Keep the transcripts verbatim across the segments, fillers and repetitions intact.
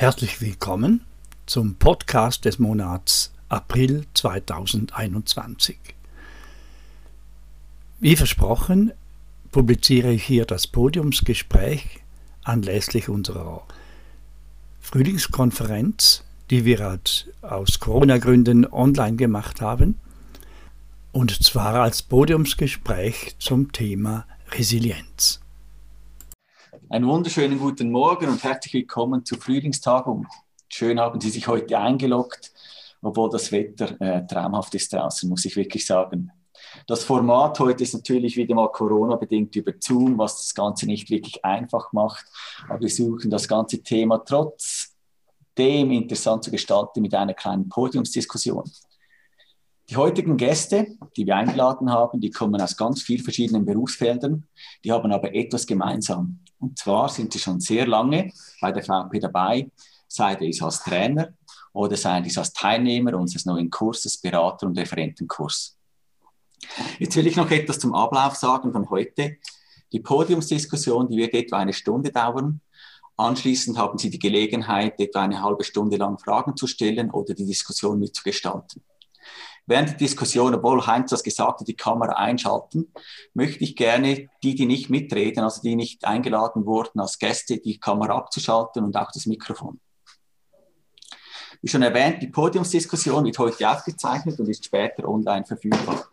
Herzlich willkommen zum Podcast des Monats April zweitausendeinundzwanzig. Wie versprochen, publiziere ich hier das Podiumsgespräch anlässlich unserer Frühlingskonferenz, die wir aus Corona-Gründen online gemacht haben, und zwar als Podiumsgespräch zum Thema Resilienz. Einen wunderschönen guten Morgen und herzlich willkommen zur Frühlingstagung. Schön haben Sie sich heute eingeloggt, obwohl das Wetter äh, traumhaft ist draußen, muss ich wirklich sagen. Das Format heute ist natürlich wieder mal Corona-bedingt über Zoom, was das Ganze nicht wirklich einfach macht. Aber wir suchen das ganze Thema trotzdem interessant zu gestalten mit einer kleinen Podiumsdiskussion. Die heutigen Gäste, die wir eingeladen haben, die kommen aus ganz vielen verschiedenen Berufsfeldern, die haben aber etwas gemeinsam. Und zwar sind sie schon sehr lange bei der V P dabei, sei es als Trainer oder sei es als Teilnehmer unseres neuen Kurses, Berater- und Referentenkurs. Jetzt will ich noch etwas zum Ablauf sagen von heute. Die Podiumsdiskussion, die wird etwa eine Stunde dauern. Anschließend haben Sie die Gelegenheit, etwa eine halbe Stunde lang Fragen zu stellen oder die Diskussion mitzugestalten. Während der Diskussion, obwohl Heinz das gesagt hat, die Kamera einschalten, möchte ich gerne die, die nicht mitreden, also die nicht eingeladen wurden als Gäste, die Kamera abzuschalten und auch das Mikrofon. Wie schon erwähnt, die Podiumsdiskussion wird heute aufgezeichnet und ist später online verfügbar.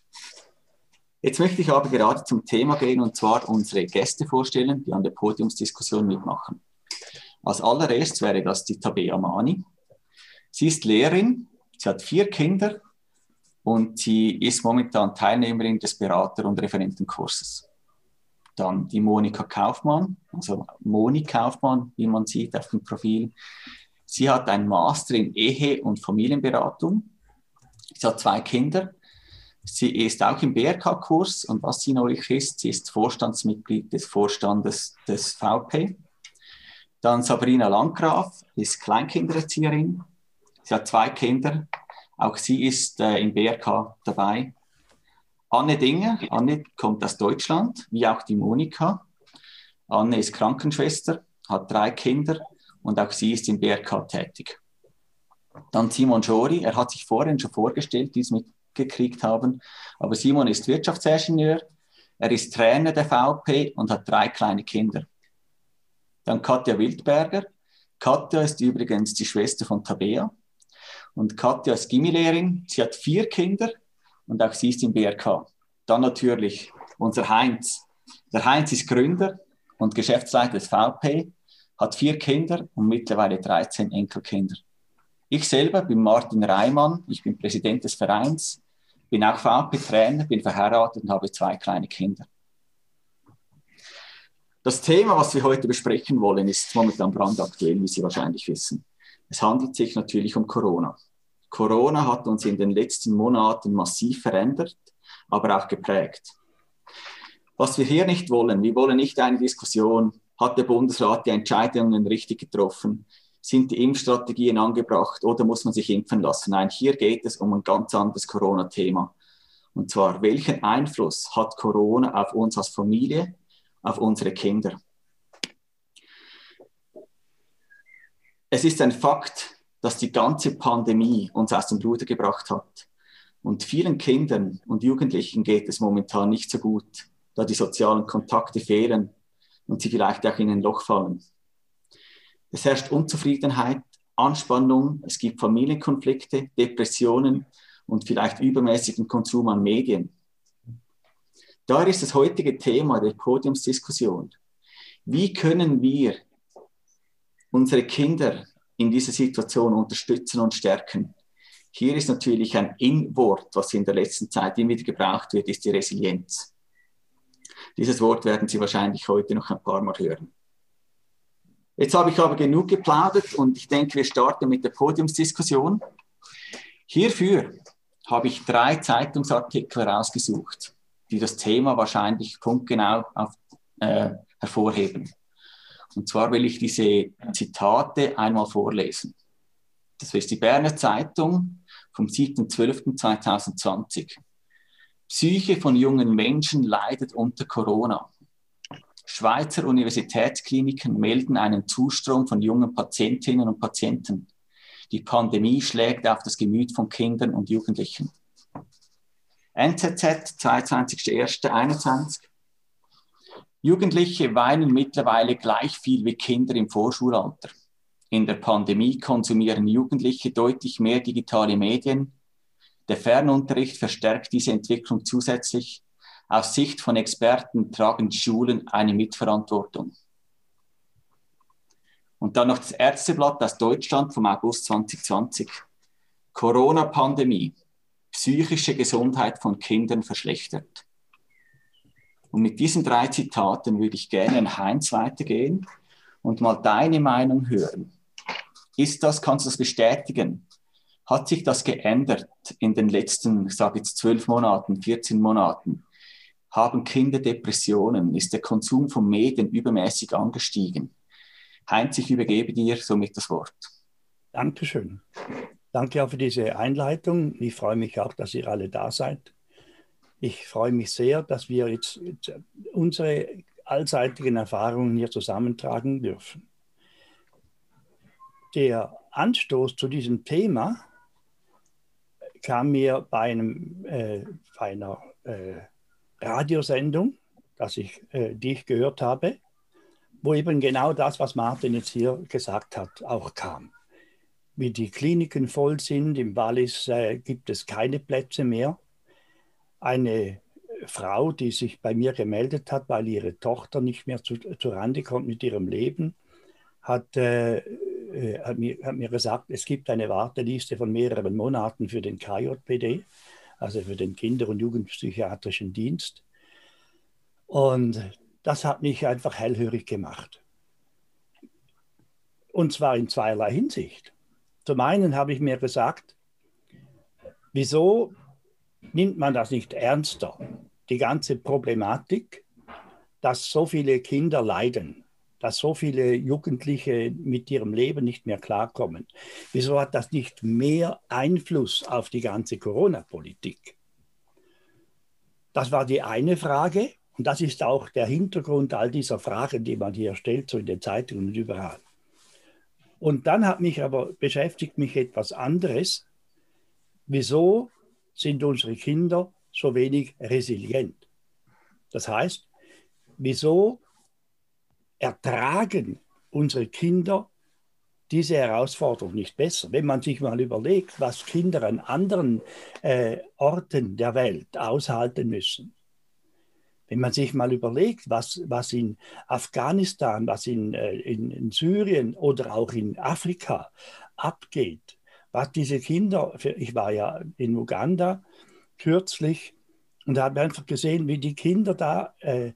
Jetzt möchte ich aber gerade zum Thema gehen und zwar unsere Gäste vorstellen, die an der Podiumsdiskussion mitmachen. Als allererstes wäre das die Tabea Mani. Sie ist Lehrerin, sie hat vier Kinder und sie ist momentan Teilnehmerin des Berater- und Referentenkurses. Dann die Monika Kaufmann, also Moni Kaufmann, wie man sieht auf dem Profil. Sie hat einen Master in Ehe- und Familienberatung. Sie hat zwei Kinder. Sie ist auch im B R K-Kurs und was sie neu ist, sie ist Vorstandsmitglied des Vorstandes des V P. Dann Sabrina Landgraf ist Kleinkindererzieherin. Sie hat zwei Kinder. Auch sie ist äh, im B R K dabei. Anne Dinger. Anne kommt aus Deutschland, wie auch die Monika. Anne ist Krankenschwester, hat drei Kinder und auch sie ist im B R K tätig. Dann Simon Schori. Er hat sich vorhin schon vorgestellt, die es mitgekriegt haben. Aber Simon ist Wirtschaftsingenieur. Er ist Trainer der V P und hat drei kleine Kinder. Dann Katja Wildberger. Katja ist übrigens die Schwester von Tabea. Und Katja ist Gymnasiallehrerin, sie hat vier Kinder und auch sie ist im B R K. Dann natürlich unser Heinz. Der Heinz ist Gründer und Geschäftsleiter des V P, hat vier Kinder und mittlerweile dreizehn Enkelkinder. Ich selber bin Martin Reimann, ich bin Präsident des Vereins, bin auch V P-Trainer, bin verheiratet und habe zwei kleine Kinder. Das Thema, was wir heute besprechen wollen, ist momentan brandaktuell, wie Sie wahrscheinlich wissen. Es handelt sich natürlich um Corona. Corona hat uns in den letzten Monaten massiv verändert, aber auch geprägt. Was wir hier nicht wollen, wir wollen nicht eine Diskussion, hat der Bundesrat die Entscheidungen richtig getroffen, sind die Impfstrategien angebracht oder muss man sich impfen lassen? Nein, hier geht es um ein ganz anderes Corona-Thema. Und zwar, welchen Einfluss hat Corona auf uns als Familie, auf unsere Kinder? Es ist ein Fakt, dass die ganze Pandemie uns aus dem Ruder gebracht hat. Und vielen Kindern und Jugendlichen geht es momentan nicht so gut, da die sozialen Kontakte fehlen und sie vielleicht auch in ein Loch fallen. Es herrscht Unzufriedenheit, Anspannung, es gibt Familienkonflikte, Depressionen und vielleicht übermäßigen Konsum an Medien. Daher ist das heutige Thema der Podiumsdiskussion: Wie können wir unsere Kinder in dieser Situation unterstützen und stärken? Hier ist natürlich ein In-Wort, was in der letzten Zeit immer wieder gebraucht wird, ist die Resilienz. Dieses Wort werden Sie wahrscheinlich heute noch ein paar Mal hören. Jetzt habe ich aber genug geplaudert und ich denke, wir starten mit der Podiumsdiskussion. Hierfür habe ich drei Zeitungsartikel rausgesucht, die das Thema wahrscheinlich punktgenau auf, äh, hervorheben. Und zwar will ich diese Zitate einmal vorlesen. Das ist die Berner Zeitung vom siebten zwölften zweitausendzwanzig. Psyche von jungen Menschen leidet unter Corona. Schweizer Universitätskliniken melden einen Zustrom von jungen Patientinnen und Patienten. Die Pandemie schlägt auf das Gemüt von Kindern und Jugendlichen. N Z Z, zweiundzwanzigster erster einundzwanzig. Jugendliche weinen mittlerweile gleich viel wie Kinder im Vorschulalter. In der Pandemie konsumieren Jugendliche deutlich mehr digitale Medien. Der Fernunterricht verstärkt diese Entwicklung zusätzlich. Aus Sicht von Experten tragen die Schulen eine Mitverantwortung. Und dann noch das Ärzteblatt aus Deutschland vom August zwanzig zwanzig. Corona-Pandemie. Psychische Gesundheit von Kindern verschlechtert. Und mit diesen drei Zitaten würde ich gerne an Heinz weitergehen und mal deine Meinung hören. Ist das, kannst du das bestätigen? Hat sich das geändert in den letzten, ich sage jetzt zwölf Monaten, vierzehn Monaten? Haben Kinder Depressionen? Ist der Konsum von Medien übermäßig angestiegen? Heinz, ich übergebe dir somit das Wort. Dankeschön. Danke auch für diese Einleitung. Ich freue mich auch, dass ihr alle da seid. Ich freue mich sehr, dass wir jetzt unsere allseitigen Erfahrungen hier zusammentragen dürfen. Der Anstoß zu diesem Thema kam mir bei, einem, äh, bei einer äh, Radiosendung, das ich, äh, die ich gehört habe, wo eben genau das, was Martin jetzt hier gesagt hat, auch kam. Wie die Kliniken voll sind, im Wallis äh, gibt es keine Plätze mehr. Eine Frau, die sich bei mir gemeldet hat, weil ihre Tochter nicht mehr zu, zu Rande kommt mit ihrem Leben, hat, äh, hat, mir, hat mir gesagt, es gibt eine Warteliste von mehreren Monaten für den K J P D, also für den Kinder- und Jugendpsychiatrischen Dienst. Und das hat mich einfach hellhörig gemacht. Und zwar in zweierlei Hinsicht. Zum einen habe ich mir gesagt, wieso nimmt man das nicht ernster? Die ganze Problematik, dass so viele Kinder leiden, dass so viele Jugendliche mit ihrem Leben nicht mehr klarkommen. Wieso hat das nicht mehr Einfluss auf die ganze Corona-Politik? Das war die eine Frage und das ist auch der Hintergrund all dieser Fragen, die man hier stellt, so in den Zeitungen und überall. Und dann hat mich aber beschäftigt mich etwas anderes. Wieso sind unsere Kinder so wenig resilient? Das heißt, wieso ertragen unsere Kinder diese Herausforderung nicht besser? Wenn man sich mal überlegt, was Kinder an anderen äh, Orten der Welt aushalten müssen. Wenn man sich mal überlegt, was, was in Afghanistan, was in, äh, in, in Syrien oder auch in Afrika abgeht, was diese Kinder, ich war ja in Uganda kürzlich und habe einfach gesehen, wie die Kinder da äh,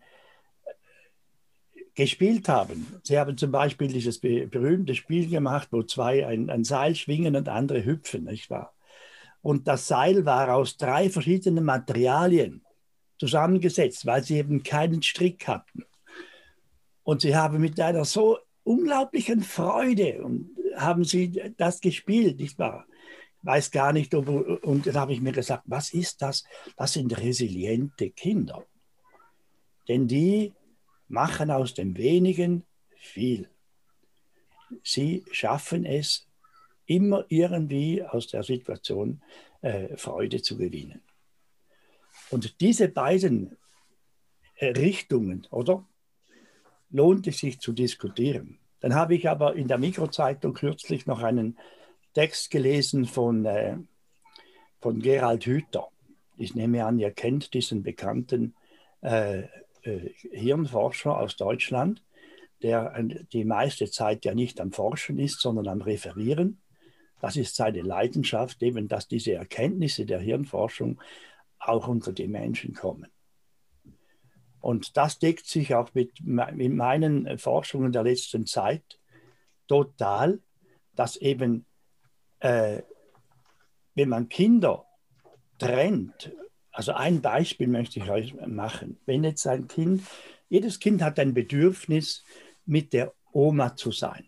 gespielt haben. Sie haben zum Beispiel dieses berühmte Spiel gemacht, wo zwei ein, ein Seil schwingen und andere hüpfen, nicht wahr? Und das Seil war aus drei verschiedenen Materialien zusammengesetzt, weil sie eben keinen Strick hatten. Und sie haben mit einer so unglaublichen Freude und haben sie das gespielt, nicht wahr? Ich weiß gar nicht, ob, und dann habe ich mir gesagt, was ist das? Das sind resiliente Kinder. Denn die machen aus dem Wenigen viel. Sie schaffen es, immer irgendwie aus der Situation äh, Freude zu gewinnen. Und diese beiden äh, Richtungen, oder, lohnt es sich zu diskutieren. Dann habe ich aber in der Mikrozeitung kürzlich noch einen Text gelesen von, äh, von Gerald Hüther. Ich nehme an, ihr kennt diesen bekannten äh, äh, Hirnforscher aus Deutschland, der die meiste Zeit ja nicht am Forschen ist, sondern am Referieren. Das ist seine Leidenschaft, eben, dass diese Erkenntnisse der Hirnforschung auch unter die Menschen kommen. Und das deckt sich auch mit, mit meinen Forschungen der letzten Zeit total, dass eben, äh, wenn man Kinder trennt, also ein Beispiel möchte ich euch machen. Wenn jetzt ein Kind, jedes Kind hat ein Bedürfnis, mit der Oma zu sein,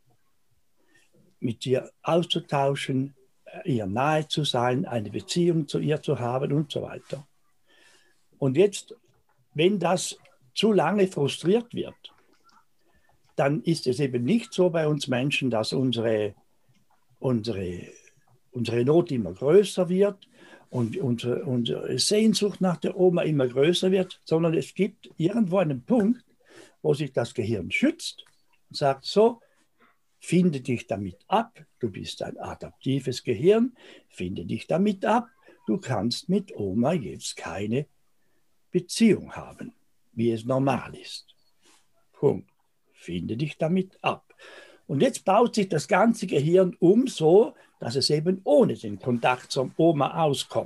mit ihr auszutauschen, ihr nahe zu sein, eine Beziehung zu ihr zu haben und so weiter. Und jetzt, wenn das zu lange frustriert wird, dann ist es eben nicht so bei uns Menschen, dass unsere, unsere, unsere Not immer größer wird und unsere, unsere Sehnsucht nach der Oma immer größer wird, sondern es gibt irgendwo einen Punkt, wo sich das Gehirn schützt und sagt, so, finde dich damit ab, du bist ein adaptives Gehirn, finde dich damit ab, du kannst mit Oma jetzt keine Beziehung haben, wie es normal ist. Punkt. Finde dich damit ab. Und jetzt baut sich das ganze Gehirn um so, dass es eben ohne den Kontakt zur Oma auskommt.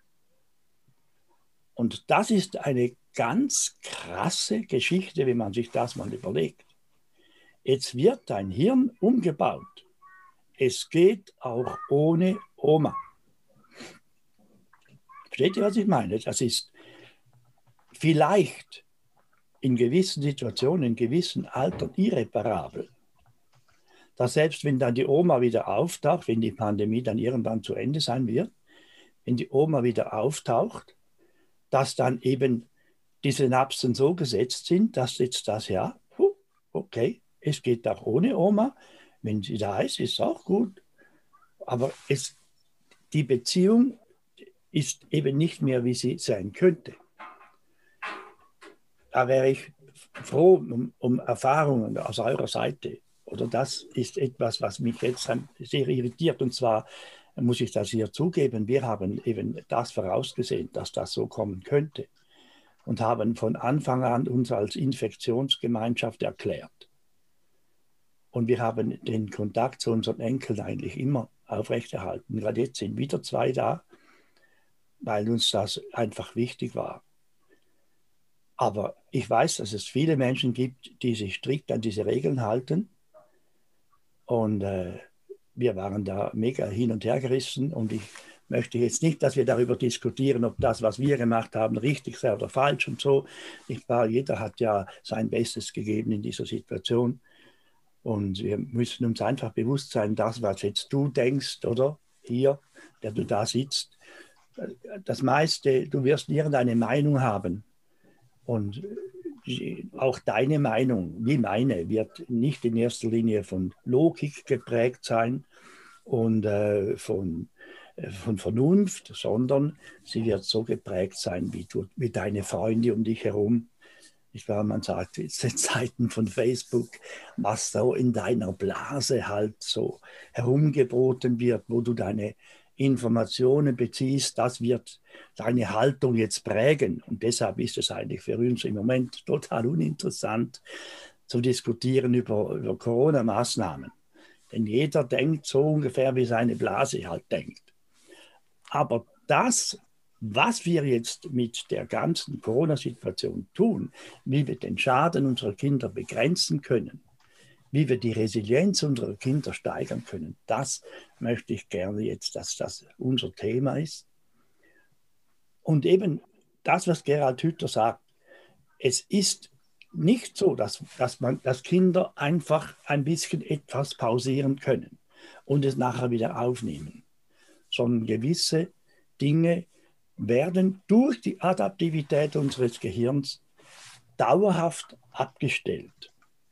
Und das ist eine ganz krasse Geschichte, wenn man sich das mal überlegt. Jetzt wird dein Hirn umgebaut. Es geht auch ohne Oma. Versteht ihr, was ich meine? Das ist vielleicht in gewissen Situationen, in gewissen Altern irreparabel. Dass selbst wenn dann die Oma wieder auftaucht, wenn die Pandemie dann irgendwann zu Ende sein wird, wenn die Oma wieder auftaucht, dass dann eben die Synapsen so gesetzt sind, dass jetzt das, ja, okay, es geht auch ohne Oma. Wenn sie da ist, ist es auch gut. Aber es, die Beziehung ist eben nicht mehr, wie sie sein könnte. Da wäre ich froh um, um Erfahrungen aus eurer Seite. Oder das ist etwas, was mich jetzt sehr irritiert. Und zwar muss ich das hier zugeben, wir haben eben das vorausgesehen, dass das so kommen könnte. Und haben von Anfang an uns als Infektionsgemeinschaft erklärt. Und wir haben den Kontakt zu unseren Enkeln eigentlich immer aufrechterhalten. Gerade jetzt sind wieder zwei da, weil uns das einfach wichtig war. Aber ich weiß, dass es viele Menschen gibt, die sich strikt an diese Regeln halten. Und äh, wir waren da mega hin und her gerissen. Und ich möchte jetzt nicht, dass wir darüber diskutieren, ob das, was wir gemacht haben, richtig sei oder falsch und so. Ich war, jeder hat ja sein Bestes gegeben in dieser Situation. Und wir müssen uns einfach bewusst sein, das, was jetzt du denkst, oder hier, der du da sitzt, das meiste, du wirst irgendeine Meinung haben. Und auch deine Meinung, wie meine, wird nicht in erster Linie von Logik geprägt sein und äh, von, äh, von Vernunft, sondern sie wird so geprägt sein, wie, du, wie deine Freunde um dich herum. Ich war, man sagt jetzt in Zeiten von Facebook, was so in deiner Blase halt so herumgeboten wird, wo du deine Informationen beziehst, das wird deine Haltung jetzt prägen. Und deshalb ist es eigentlich für uns im Moment total uninteressant zu diskutieren über, über Corona-Maßnahmen. Denn jeder denkt so ungefähr, wie seine Blase halt denkt. Aber das, was wir jetzt mit der ganzen Corona-Situation tun, wie wir den Schaden unserer Kinder begrenzen können, wie wir die Resilienz unserer Kinder steigern können, das möchte ich gerne jetzt, dass das unser Thema ist. Und eben das, was Gerald Hüther sagt, es ist nicht so, dass, dass, man, dass Kinder einfach ein bisschen etwas pausieren können und es nachher wieder aufnehmen, sondern gewisse Dinge werden durch die Adaptivität unseres Gehirns dauerhaft abgestellt.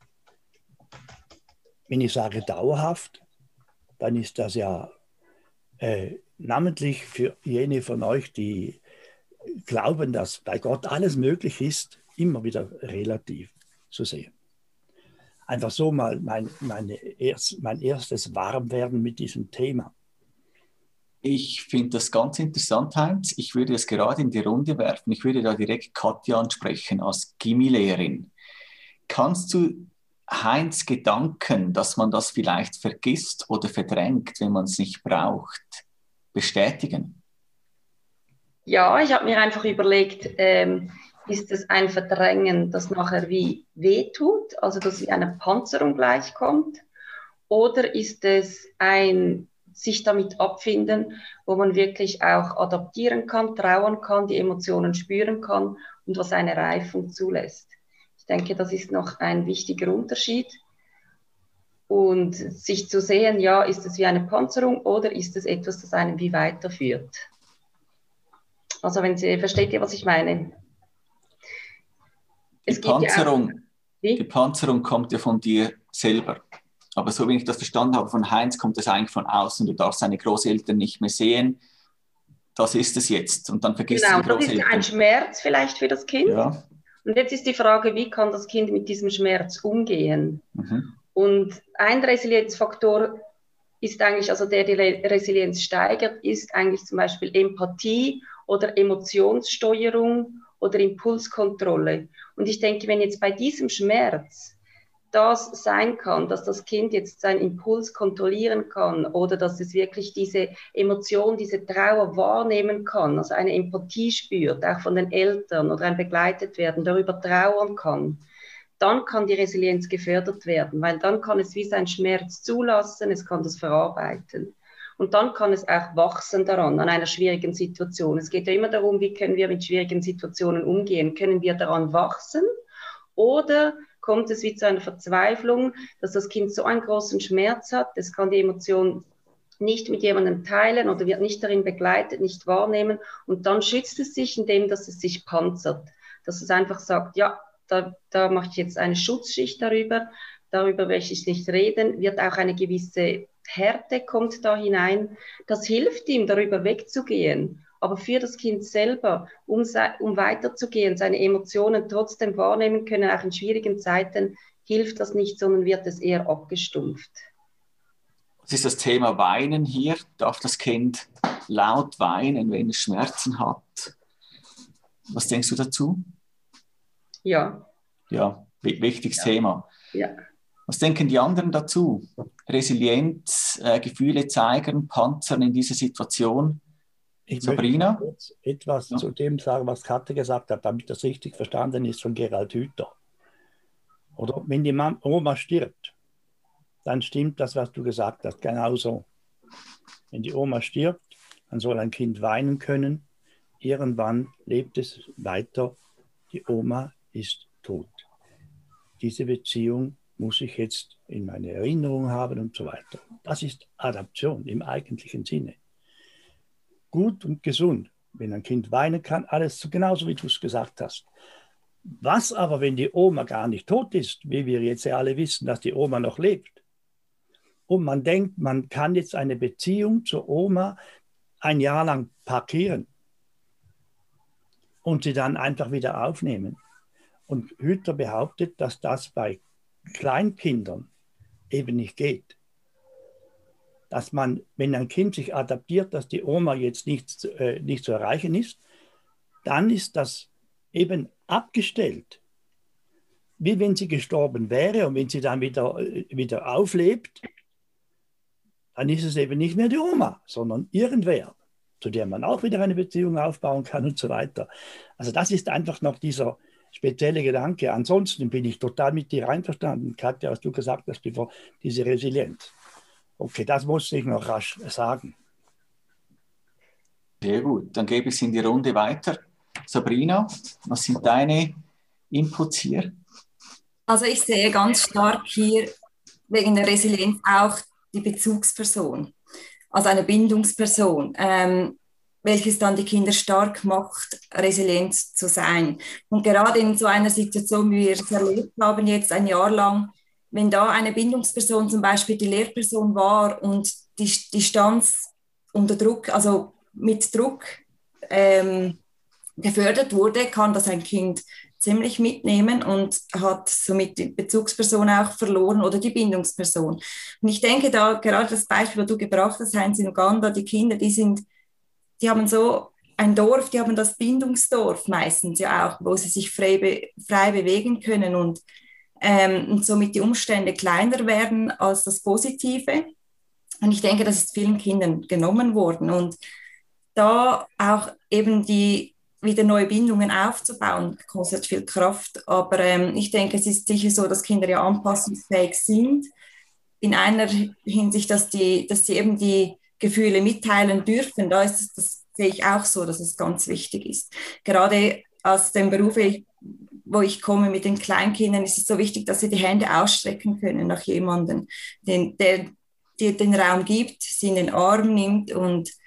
Wenn ich sage dauerhaft, dann ist das ja äh, namentlich für jene von euch, die glauben, dass bei Gott alles möglich ist, immer wieder relativ zu sehen. Einfach so mal mein, meine erst, mein erstes Warmwerden mit diesem Thema. Ich finde das ganz interessant, Heinz. Ich würde es gerade in die Runde werfen. Ich würde da direkt Katja ansprechen als Gymi-Lehrerin. Kannst du Heinz Gedanken, dass man das vielleicht vergisst oder verdrängt, wenn man es nicht braucht, bestätigen? Ja, ich habe mir einfach überlegt, ähm, ist es ein Verdrängen, das nachher wie wehtut, also dass wie eine Panzerung gleichkommt, oder ist es ein sich damit abfinden, wo man wirklich auch adaptieren kann, trauern kann, die Emotionen spüren kann und was eine Reifung zulässt. Ich denke, das ist noch ein wichtiger Unterschied. Und sich zu sehen, ja, ist es wie eine Panzerung oder ist es etwas, das einen wie weiterführt? Also wenn Sie, versteht ihr, was ich meine? es die gibt ja auch, Panzerung, die Panzerung kommt ja von dir selber. Aber so wie ich das verstanden habe von Heinz, kommt das eigentlich von außen. Du darfst seine Großeltern nicht mehr sehen. Das ist es jetzt. Und dann vergisst genau, du die das ist Großeltern. ein Schmerz vielleicht für das Kind. Ja. Und jetzt ist die Frage, wie kann das Kind mit diesem Schmerz umgehen? Mhm. Und ein Resilienzfaktor ist eigentlich, also der die Resilienz steigert, ist eigentlich zum Beispiel Empathie oder Emotionssteuerung oder Impulskontrolle. Und ich denke, wenn jetzt bei diesem Schmerz das sein kann, dass das Kind jetzt seinen Impuls kontrollieren kann oder dass es wirklich diese Emotion, diese Trauer wahrnehmen kann, also eine Empathie spürt, auch von den Eltern oder ein begleitet werden, darüber trauern kann, dann kann die Resilienz gefördert werden, weil dann kann es wie seinen Schmerz zulassen, es kann das verarbeiten. Und dann kann es auch wachsen daran, an einer schwierigen Situation. Es geht ja immer darum, wie können wir mit schwierigen Situationen umgehen. Können wir daran wachsen oder kommt es wie zu einer Verzweiflung, dass das Kind so einen großen Schmerz hat, es kann die Emotion nicht mit jemandem teilen oder wird nicht darin begleitet, nicht wahrnehmen und dann schützt es sich, indem dass es sich panzert, dass es einfach sagt, ja, da, da mache ich jetzt eine Schutzschicht darüber, darüber möchte ich nicht reden, wird auch eine gewisse Härte kommt da hinein, das hilft ihm, darüber wegzugehen. Aber für das Kind selber, um, um weiterzugehen, seine Emotionen trotzdem wahrnehmen können, auch in schwierigen Zeiten, hilft das nicht, sondern wird es eher abgestumpft. Was ist das Thema Weinen hier? Darf das Kind laut weinen, wenn es Schmerzen hat? Was denkst du dazu? Ja. Ja, wichtiges ja. Thema. Ja. Was denken die anderen dazu? Resilienz, äh, Gefühle zeigen, panzern in dieser Situation? Ich Sabrina? möchte kurz etwas ja. zu dem sagen, was Katja gesagt hat, damit das richtig verstanden ist von Gerald Hüther. Oder wenn die Oma stirbt, dann stimmt das, was du gesagt hast, genauso. Wenn die Oma stirbt, dann soll ein Kind weinen können. Irgendwann lebt es weiter. Die Oma ist tot. Diese Beziehung muss ich jetzt in meine Erinnerung haben und so weiter. Das ist Adaption im eigentlichen Sinne. Gut und gesund, wenn ein Kind weinen kann, alles so genauso, wie du es gesagt hast. Was aber, wenn die Oma gar nicht tot ist, wie wir jetzt ja alle wissen, dass die Oma noch lebt, und man denkt, man kann jetzt eine Beziehung zur Oma ein Jahr lang parkieren und sie dann einfach wieder aufnehmen. Und Hüther behauptet, dass das bei Kleinkindern eben nicht geht. Dass man, wenn ein Kind sich adaptiert, dass die Oma jetzt nicht, äh, nicht zu erreichen ist, dann ist das eben abgestellt. Wie wenn sie gestorben wäre und wenn sie dann wieder, äh, wieder auflebt, dann ist es eben nicht mehr die Oma, sondern irgendwer, zu der man auch wieder eine Beziehung aufbauen kann und so weiter. Also das ist einfach noch dieser spezielle Gedanke. Ansonsten bin ich total mit dir einverstanden, Katja, was du gesagt hast, über diese Resilienz. Okay, das musste ich noch rasch sagen. Sehr gut, dann gebe ich es in die Runde weiter. Sabrina, was sind deine Inputs hier? Also ich sehe ganz stark hier wegen der Resilienz auch die Bezugsperson, also eine Bindungsperson, ähm, welches dann die Kinder stark macht, resilient zu sein. Und gerade in so einer Situation, wie wir es erlebt haben, jetzt ein Jahr lang, wenn da eine Bindungsperson zum Beispiel die Lehrperson war und die Distanz unter Druck, also mit Druck ähm, gefördert wurde, kann das ein Kind ziemlich mitnehmen und hat somit die Bezugsperson auch verloren oder die Bindungsperson. Und ich denke da, gerade das Beispiel, das du gebracht hast, Heinz, in Uganda, die Kinder, die sind, die haben so ein Dorf, die haben das Bindungsdorf meistens ja auch, wo sie sich frei, be, frei bewegen können und, ähm, und somit die Umstände kleiner werden als das Positive. Und ich denke, das ist vielen Kindern genommen worden. Und da auch eben die wieder neue Bindungen aufzubauen, kostet viel Kraft. Aber ähm, ich denke, es ist sicher so, dass Kinder ja anpassungsfähig sind. In einer Hinsicht, dass, die, dass sie eben die Gefühle mitteilen dürfen. Da ist es, das sehe ich auch so, dass es ganz wichtig ist. Gerade aus dem Beruf, wo ich komme mit den Kleinkindern, ist es so wichtig, dass sie die Hände ausstrecken können nach jemandem, den, der dir den Raum gibt, sie in den Arm nimmt und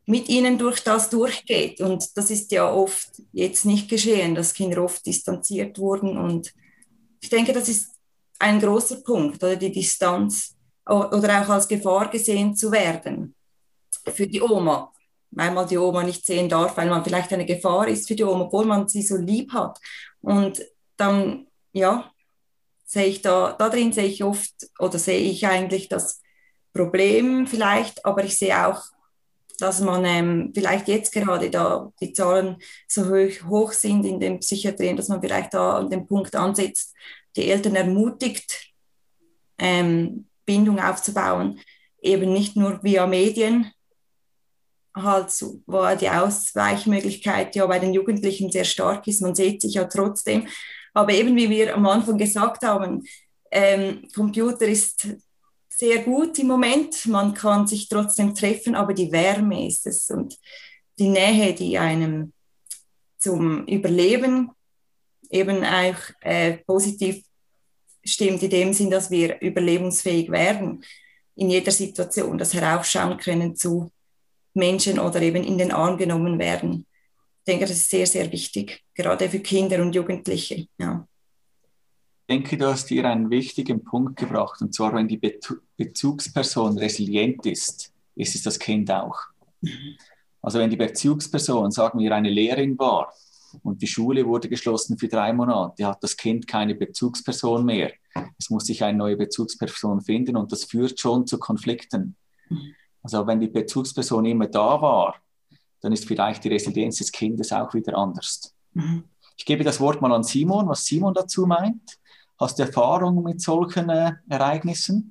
mit ihnen durch das durchgeht. Und das ist ja oft jetzt nicht geschehen, dass Kinder oft distanziert wurden. Und ich denke, das ist ein großer Punkt, oder die Distanz oder auch als Gefahr gesehen zu werden für die Oma, weil man die Oma nicht sehen darf, weil man vielleicht eine Gefahr ist für die Oma, obwohl man sie so lieb hat. Und dann, ja, sehe ich da, da drin sehe ich oft oder sehe ich eigentlich das Problem vielleicht, aber ich sehe auch, dass man ähm, vielleicht jetzt gerade da die Zahlen so hoch, hoch sind in den Psychiatrien, dass man vielleicht da an dem Punkt ansetzt, die Eltern ermutigt, ähm, Bindung aufzubauen, eben nicht nur via Medien, halt so, wo die Ausweichmöglichkeit ja bei den Jugendlichen sehr stark ist, man sieht sich ja trotzdem, aber eben wie wir am Anfang gesagt haben, ähm, Computer ist sehr gut im Moment, man kann sich trotzdem treffen, aber die Wärme ist es und die Nähe, die einem zum Überleben eben auch äh, positiv stimmt, in dem Sinn, dass wir überlebensfähig werden in jeder Situation, das heraufschauen können zu Menschen oder eben in den Arm genommen werden. Ich denke, das ist sehr, sehr wichtig, gerade für Kinder und Jugendliche. Ja. Ich denke, du hast hier einen wichtigen Punkt gebracht, und zwar, wenn die Be- Bezugsperson resilient ist, ist es das Kind auch. Also wenn die Bezugsperson, sagen wir, eine Lehrerin war und die Schule wurde geschlossen für drei Monate, hat das Kind keine Bezugsperson mehr. Es muss sich eine neue Bezugsperson finden und das führt schon zu Konflikten. Also wenn die Bezugsperson immer da war, dann ist vielleicht die Resilienz des Kindes auch wieder anders. Mhm. Ich gebe das Wort mal an Simon, was Simon dazu meint. Hast du Erfahrung mit solchen äh, Ereignissen?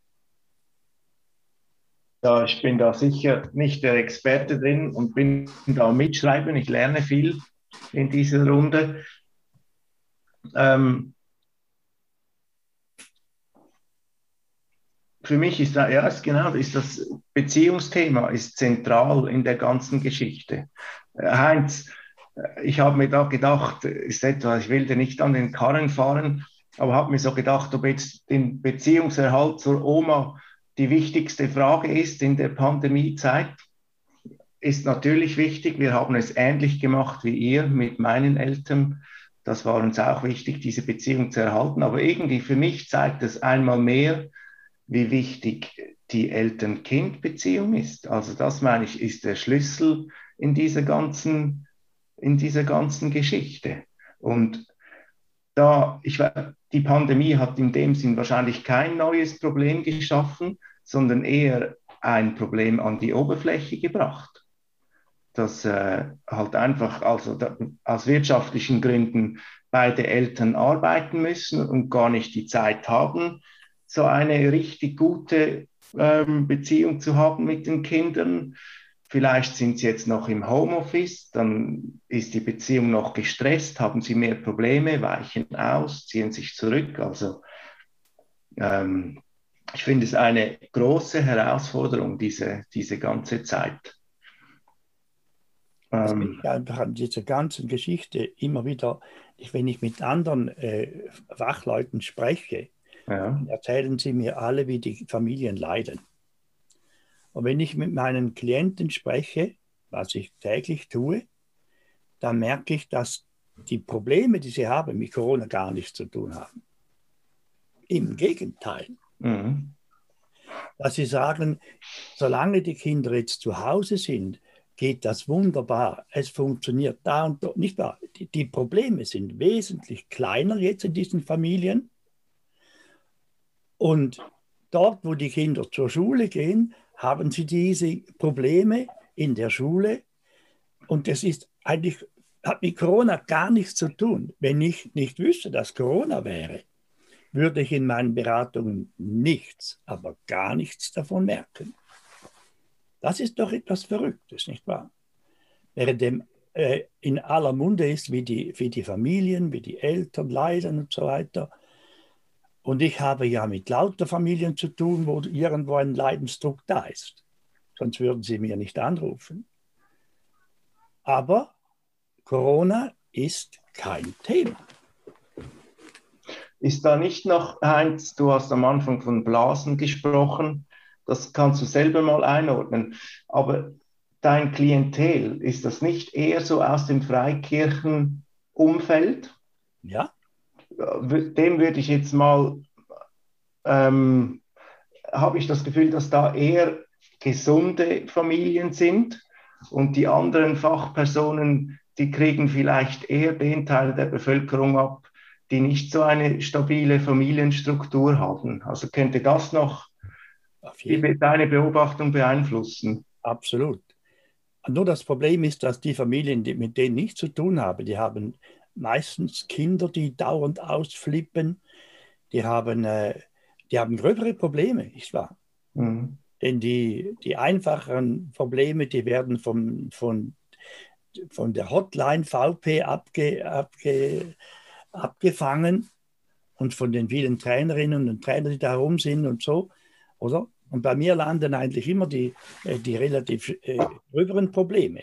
Ja, ich bin da sicher nicht der Experte drin und bin da am Mitschreiben. Ich lerne viel in dieser Runde. Ähm, für mich ist da, ja, ist genau, ist das Beziehungsthema ist zentral in der ganzen Geschichte. Heinz, ich habe mir da gedacht, ist etwa, ich will dir nicht an den Karren fahren, aber habe mir so gedacht, ob jetzt den Beziehungserhalt zur Oma die wichtigste Frage ist in der Pandemiezeit. Ist natürlich wichtig. Wir haben es ähnlich gemacht wie ihr mit meinen Eltern. Das war uns auch wichtig, diese Beziehung zu erhalten. Aber irgendwie für mich zeigt es einmal mehr, wie wichtig die Eltern-Kind-Beziehung ist. Also das, meine ich, ist der Schlüssel in dieser ganzen, in dieser ganzen Geschichte. Und da, ich, die Pandemie hat in dem Sinn wahrscheinlich kein neues Problem geschaffen, sondern eher ein Problem an die Oberfläche gebracht. Dass äh, halt einfach, also da, aus wirtschaftlichen Gründen beide Eltern arbeiten müssen und gar nicht die Zeit haben, so eine richtig gute ähm, Beziehung zu haben mit den Kindern. Vielleicht sind sie jetzt noch im Homeoffice, dann ist die Beziehung noch gestresst, haben sie mehr Probleme, weichen aus, ziehen sich zurück. Also ähm, ich finde es eine große Herausforderung, diese, diese ganze Zeit. Was mich einfach an dieser ganzen Geschichte immer wieder, wenn ich mit anderen äh, Fachleuten spreche, ja. erzählen sie mir alle, wie die Familien leiden. Und wenn ich mit meinen Klienten spreche, was ich täglich tue, dann merke ich, dass die Probleme, die sie haben, mit Corona gar nichts zu tun haben. Im Gegenteil. Mhm. Dass sie sagen, solange die Kinder jetzt zu Hause sind, geht das wunderbar. Es funktioniert da und dort. Nicht wahr? Die, die Probleme sind wesentlich kleiner jetzt in diesen Familien. Und dort, wo die Kinder zur Schule gehen, haben sie diese Probleme in der Schule. Und das ist eigentlich, hat mit Corona gar nichts zu tun. Wenn ich nicht wüsste, dass Corona wäre, würde ich in meinen Beratungen nichts, aber gar nichts davon merken. Das ist doch etwas Verrücktes, nicht wahr? Während dem äh, in aller Munde ist, wie die, wie die Familien, wie die Eltern leiden und so weiter. Und ich habe ja mit lauter Familien zu tun, wo irgendwo ein Leidensdruck da ist. Sonst würden sie mir nicht anrufen. Aber Corona ist kein Thema. Ist da nicht noch, Heinz, du hast am Anfang von Blasen gesprochen, das kannst du selber mal einordnen, aber dein Klientel, ist das nicht eher so aus dem Freikirchenumfeld? Ja. Dem würde ich jetzt mal, ähm, habe ich das Gefühl, dass da eher gesunde Familien sind und die anderen Fachpersonen, die kriegen vielleicht eher den Teil der Bevölkerung ab, die nicht so eine stabile Familienstruktur haben. Also könnte das noch die, deine Beobachtung beeinflussen? Absolut. Nur das Problem ist, dass die Familien, die mit denen nichts zu tun haben, die haben meistens Kinder, die dauernd ausflippen, die haben, äh, die haben gröbere Probleme, nicht wahr? Mhm. Denn die, die einfacheren Probleme, die werden vom, von, von der Hotline V P abge, abge, abgefangen und von den vielen Trainerinnen und Trainern, die da herum sind und so, oder? Und bei mir landen eigentlich immer die, die relativ äh, gröberen Probleme.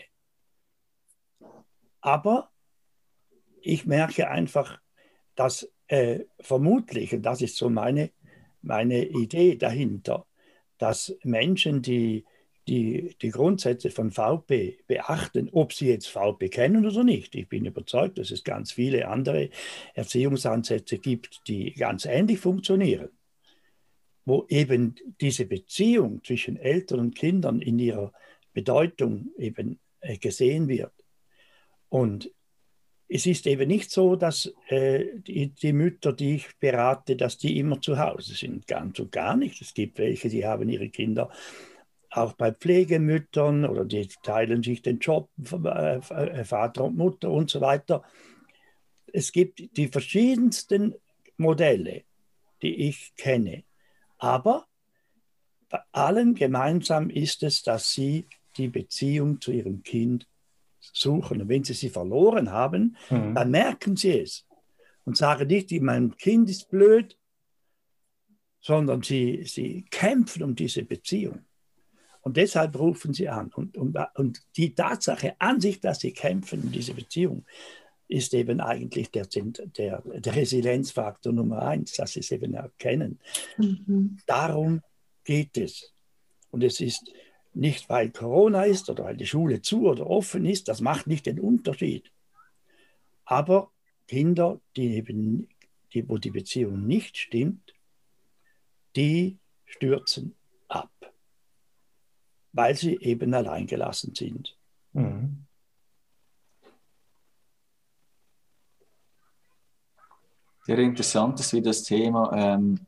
Aber ich merke einfach, dass äh, vermutlich, und das ist so meine, meine Idee dahinter, dass Menschen, die, die die Grundsätze von V P beachten, ob sie jetzt V P kennen oder nicht. Ich bin überzeugt, dass es ganz viele andere Erziehungsansätze gibt, die ganz ähnlich funktionieren, wo eben diese Beziehung zwischen Eltern und Kindern in ihrer Bedeutung eben äh, gesehen wird. Und es ist eben nicht so, dass äh, die, die Mütter, die ich berate, dass die immer zu Hause sind. Ganz und gar nicht. Es gibt welche, die haben ihre Kinder auch bei Pflegemüttern oder die teilen sich den Job, äh, Vater und Mutter und so weiter. Es gibt die verschiedensten Modelle, die ich kenne. Aber bei allen gemeinsam ist es, dass sie die Beziehung zu ihrem Kind suchen. Und wenn sie sie verloren haben, mhm. dann merken sie es und sagen nicht, mein Kind ist blöd, sondern sie, sie kämpfen um diese Beziehung. Und deshalb rufen sie an. Und, und, und die Tatsache an sich, dass sie kämpfen um diese Beziehung, ist eben eigentlich der, der, der Resilienzfaktor Nummer eins, dass sie es eben erkennen. Mhm. Darum geht es. Und es ist nicht, weil Corona ist oder weil die Schule zu oder offen ist, das macht nicht den Unterschied. Aber Kinder, die eben, die, wo die Beziehung nicht stimmt, die stürzen ab, weil sie eben alleingelassen sind. Mhm. Sehr interessant ist wie das Thema, ähm,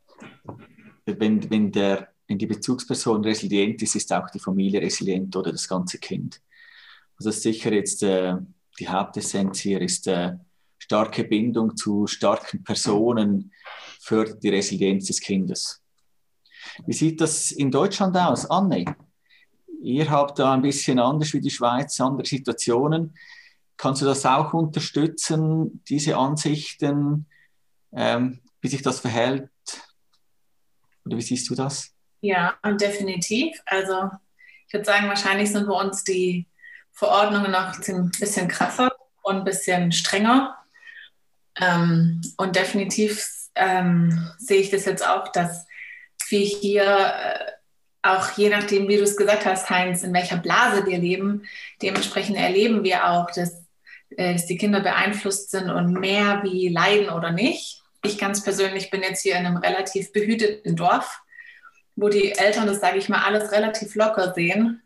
wenn, wenn, der, wenn die Bezugsperson resilient ist, ist auch die Familie resilient oder das ganze Kind. Also sicher jetzt äh, die Hauptessenz hier ist äh, starke Bindung zu starken Personen fördert die Resilienz des Kindes. Wie sieht das in Deutschland aus, Anne? Ihr habt da ein bisschen anders wie die Schweiz, andere Situationen. Kannst du das auch unterstützen, diese Ansichten, ähm, wie sich das verhält? Oder wie siehst du das? Ja, definitiv. Also ich würde sagen, wahrscheinlich sind bei uns die Verordnungen noch ein bisschen krasser und ein bisschen strenger. Ähm, und definitiv ähm, sehe ich das jetzt auch, dass wir hier äh, auch je nachdem, wie du es gesagt hast, Heinz, in welcher Blase wir leben, dementsprechend erleben wir auch, dass, äh, dass die Kinder beeinflusst sind und mehr wie leiden oder nicht. Ich ganz persönlich bin jetzt hier in einem relativ behüteten Dorf, wo die Eltern, das sage ich mal, alles relativ locker sehen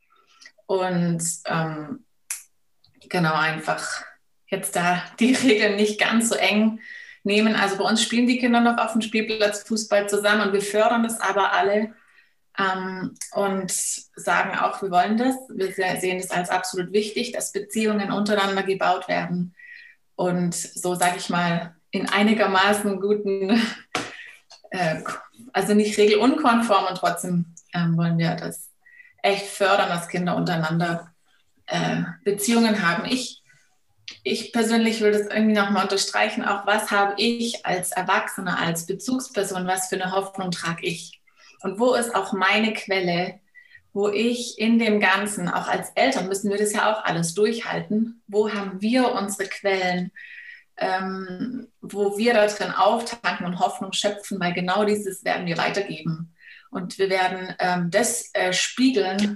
und ähm, genau einfach jetzt da die Regeln nicht ganz so eng nehmen. Also bei uns spielen die Kinder noch auf dem Spielplatz Fußball zusammen und wir fördern das aber alle ähm, und sagen auch, wir wollen das. Wir sehen das als absolut wichtig, dass Beziehungen untereinander gebaut werden und so, sage ich mal, in einigermaßen guten, äh, also nicht regelunkonform und trotzdem ähm, wollen wir das echt fördern, dass Kinder untereinander äh, Beziehungen haben. Ich, ich persönlich will das irgendwie nochmal unterstreichen, auch was habe ich als Erwachsener, als Bezugsperson, was für eine Hoffnung trage ich? Und wo ist auch meine Quelle, wo ich in dem Ganzen, auch als Eltern müssen wir das ja auch alles durchhalten, wo haben wir unsere Quellen, Ähm, wo wir da drin auftanken und Hoffnung schöpfen, weil genau dieses werden wir weitergeben. Und wir werden ähm, das äh, spiegeln,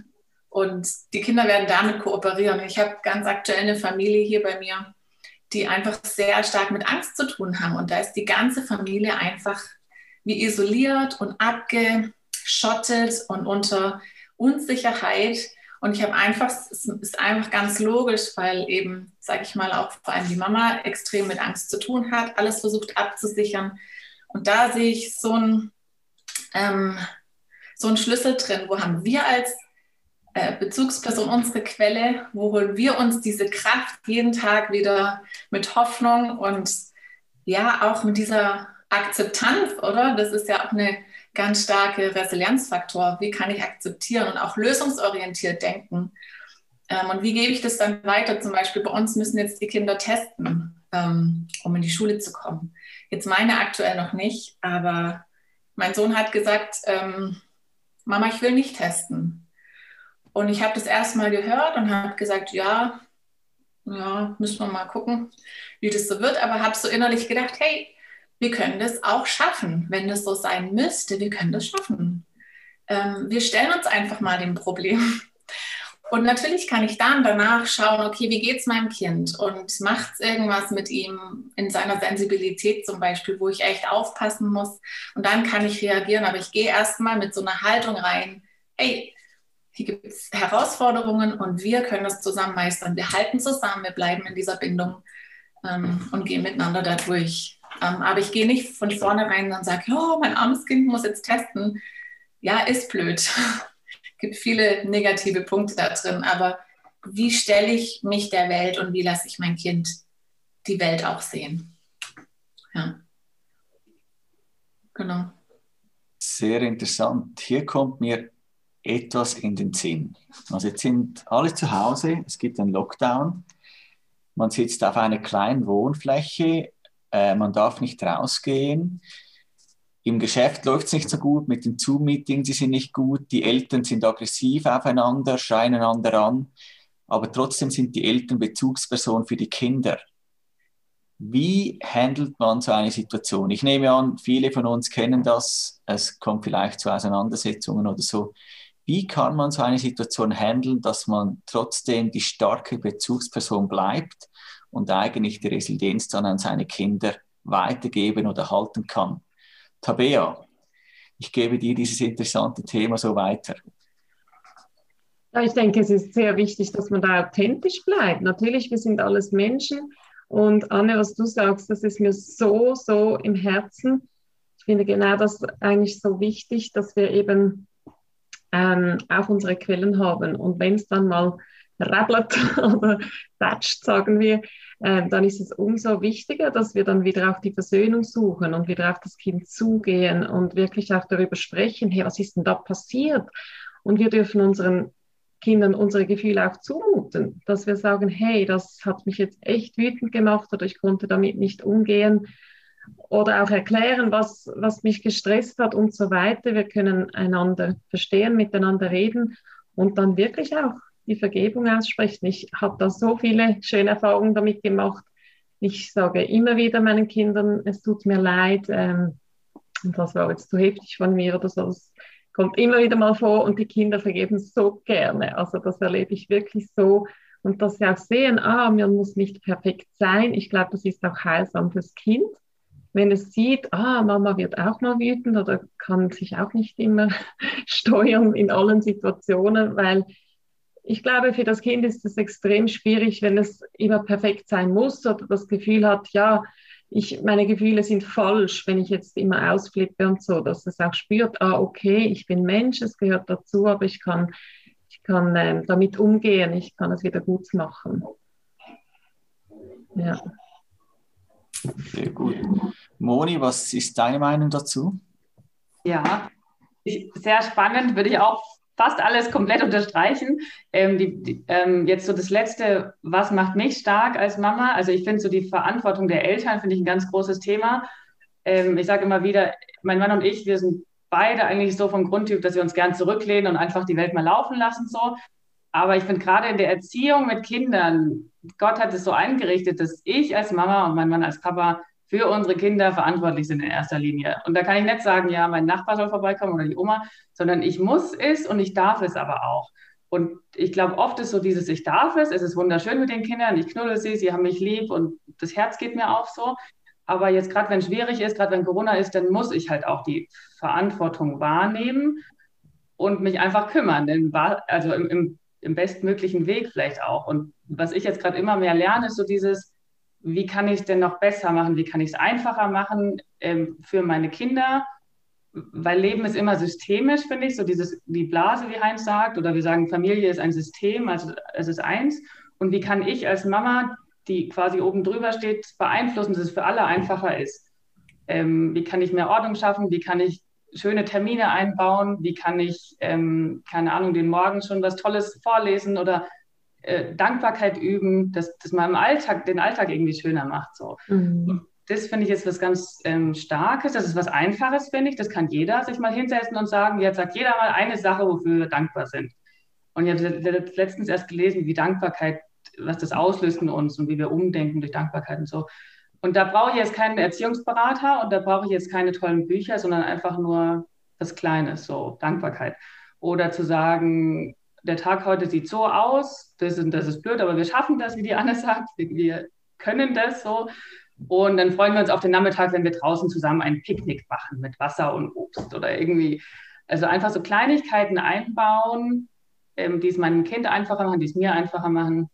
Und die Kinder werden damit kooperieren. Ich habe ganz aktuell eine Familie hier bei mir, die einfach sehr stark mit Angst zu tun haben. Und da ist die ganze Familie einfach wie isoliert und abgeschottet und unter Unsicherheit. Und ich habe einfach, es ist einfach ganz logisch, weil eben, sage ich mal, auch vor allem die Mama extrem mit Angst zu tun hat, alles versucht abzusichern. Und da sehe ich so einen, ähm, so einen Schlüssel drin. Wo haben wir als äh, Bezugsperson unsere Quelle? Wo holen wir uns diese Kraft jeden Tag wieder mit Hoffnung und ja, auch mit dieser Akzeptanz, oder? Das ist ja auch eine ganz starke Resilienzfaktor. Wie kann ich akzeptieren und auch lösungsorientiert denken? Ähm, und wie gebe ich das dann weiter? Zum Beispiel bei uns müssen jetzt die Kinder testen, ähm, um in die Schule zu kommen. Jetzt meine aktuell noch nicht, aber mein Sohn hat gesagt, ähm, Mama, ich will nicht testen. Und ich habe das erstmal gehört und habe gesagt, ja, ja, müssen wir mal gucken, wie das so wird. Aber habe so innerlich gedacht, hey, wir können das auch schaffen, wenn das so sein müsste. Wir können das schaffen. Ähm, wir stellen uns einfach mal dem Problem. Und natürlich kann ich dann danach schauen, okay, wie geht es meinem Kind? Und macht es irgendwas mit ihm in seiner Sensibilität zum Beispiel, wo ich echt aufpassen muss? Und dann kann ich reagieren. Aber ich gehe erstmal mit so einer Haltung rein, hey, hier gibt es Herausforderungen und wir können das zusammen meistern. Wir halten zusammen, wir bleiben in dieser Bindung ähm, und gehen miteinander da durch. Ähm, aber ich gehe nicht von vornherein und sage, oh, mein armes Kind muss jetzt testen. Ja, ist blöd. Es gibt viele negative Punkte da drin, aber wie stelle ich mich der Welt und wie lasse ich mein Kind die Welt auch sehen? Ja. Genau. Sehr interessant. Hier kommt mir etwas in den Sinn. Also jetzt sind alle zu Hause, es gibt einen Lockdown, man sitzt auf einer kleinen Wohnfläche, äh, man darf nicht rausgehen, im Geschäft läuft es nicht so gut, mit den Zoom-Meetings, die sind nicht gut, die Eltern sind aggressiv aufeinander, schreien einander an, aber trotzdem sind die Eltern Bezugspersonen für die Kinder. Wie handelt man so eine Situation? Ich nehme an, viele von uns kennen das, es kommt vielleicht zu Auseinandersetzungen oder so. Wie kann man so eine Situation handeln, dass man trotzdem die starke Bezugsperson bleibt und eigentlich die Resilienz dann an seine Kinder weitergeben oder halten kann? Tabea, ich gebe dir dieses interessante Thema so weiter. Ja, ich denke, es ist sehr wichtig, dass man da authentisch bleibt. Natürlich, wir sind alles Menschen. Und Anne, was du sagst, das ist mir so, so im Herzen. Ich finde genau das eigentlich so wichtig, dass wir eben ähm, auch unsere Quellen haben. Und wenn es dann mal rabbelt oder tätscht, sagen wir, äh, dann ist es umso wichtiger, dass wir dann wieder auf die Versöhnung suchen und wieder auf das Kind zugehen und wirklich auch darüber sprechen, hey, was ist denn da passiert? Und wir dürfen unseren Kindern unsere Gefühle auch zumuten, dass wir sagen, hey, das hat mich jetzt echt wütend gemacht oder ich konnte damit nicht umgehen oder auch erklären, was, was mich gestresst hat und so weiter. Wir können einander verstehen, miteinander reden und dann wirklich auch die Vergebung aussprechen. Ich habe da so viele schöne Erfahrungen damit gemacht. Ich sage immer wieder meinen Kindern, es tut mir leid, ähm, und das war jetzt zu heftig von mir oder so. Das kommt immer wieder mal vor und die Kinder vergeben so gerne. Also das erlebe ich wirklich so. Und dass sie auch sehen, ah, man muss nicht perfekt sein. Ich glaube, das ist auch heilsam fürs Kind. Wenn es sieht, ah, Mama wird auch mal wütend oder kann sich auch nicht immer steuern in allen Situationen, weil ich glaube, für das Kind ist es extrem schwierig, wenn es immer perfekt sein muss oder das Gefühl hat, ja, ich, meine Gefühle sind falsch, wenn ich jetzt immer ausflippe und so, dass es auch spürt, ah, okay, ich bin Mensch, es gehört dazu, aber ich kann, ich kann ähm, damit umgehen, ich kann es wieder gut machen. Ja. Sehr gut. Moni, was ist deine Meinung dazu? Ja, sehr spannend, würde ich auch fast alles komplett unterstreichen. Ähm, die, die, ähm, jetzt so das Letzte, was macht mich stark als Mama? Also ich finde so die Verantwortung der Eltern, finde ich ein ganz großes Thema. Ähm, ich sage immer wieder, mein Mann und ich, wir sind beide eigentlich so vom Grundtyp, dass wir uns gern zurücklehnen und einfach die Welt mal laufen lassen so. Aber ich finde gerade in der Erziehung mit Kindern, Gott hat es so eingerichtet, dass ich als Mama und mein Mann als Papa für unsere Kinder verantwortlich sind in erster Linie. Und da kann ich nicht sagen, ja, mein Nachbar soll vorbeikommen oder die Oma, sondern ich muss es und ich darf es aber auch. Und ich glaube, oft ist so dieses, ich darf es, es ist wunderschön mit den Kindern, ich knuddel sie, sie haben mich lieb und das Herz geht mir auf so. Aber jetzt gerade, wenn es schwierig ist, gerade wenn Corona ist, dann muss ich halt auch die Verantwortung wahrnehmen und mich einfach kümmern, denn, also im, im, im bestmöglichen Weg vielleicht auch. Und was ich jetzt gerade immer mehr lerne, ist so dieses, wie kann ich es denn noch besser machen, wie kann ich es einfacher machen ähm, für meine Kinder, weil Leben ist immer systemisch, finde ich, so dieses, die Blase, wie Heinz sagt, oder wir sagen, Familie ist ein System, also es ist eins. Und wie kann ich als Mama, die quasi oben drüber steht, beeinflussen, dass es für alle einfacher ist? Ähm, wie kann ich mehr Ordnung schaffen? Wie kann ich schöne Termine einbauen? Wie kann ich, ähm, keine Ahnung, den Morgen schon was Tolles vorlesen oder äh, Dankbarkeit üben, dass, dass man im Alltag, den Alltag irgendwie schöner macht. So. Mhm. Das finde ich jetzt was ganz ähm, Starkes, das ist was Einfaches, finde ich. Das kann jeder sich mal hinsetzen und sagen, jetzt sagt jeder mal eine Sache, wofür wir dankbar sind. Und ich habe letztens erst gelesen, wie Dankbarkeit, was das auslöst in uns und wie wir umdenken durch Dankbarkeit und so. Und da brauche ich jetzt keinen Erziehungsberater und da brauche ich jetzt keine tollen Bücher, sondern einfach nur was Kleines, so Dankbarkeit. Oder zu sagen, der Tag heute sieht so aus, das ist, das ist blöd, aber wir schaffen das, wie die Anne sagt, wir, wir können das so. Und dann freuen wir uns auf den Nachmittag, wenn wir draußen zusammen ein Picknick machen mit Wasser und Obst oder irgendwie, also einfach so Kleinigkeiten einbauen, ähm, die es meinem Kind einfacher machen, die es mir einfacher machen.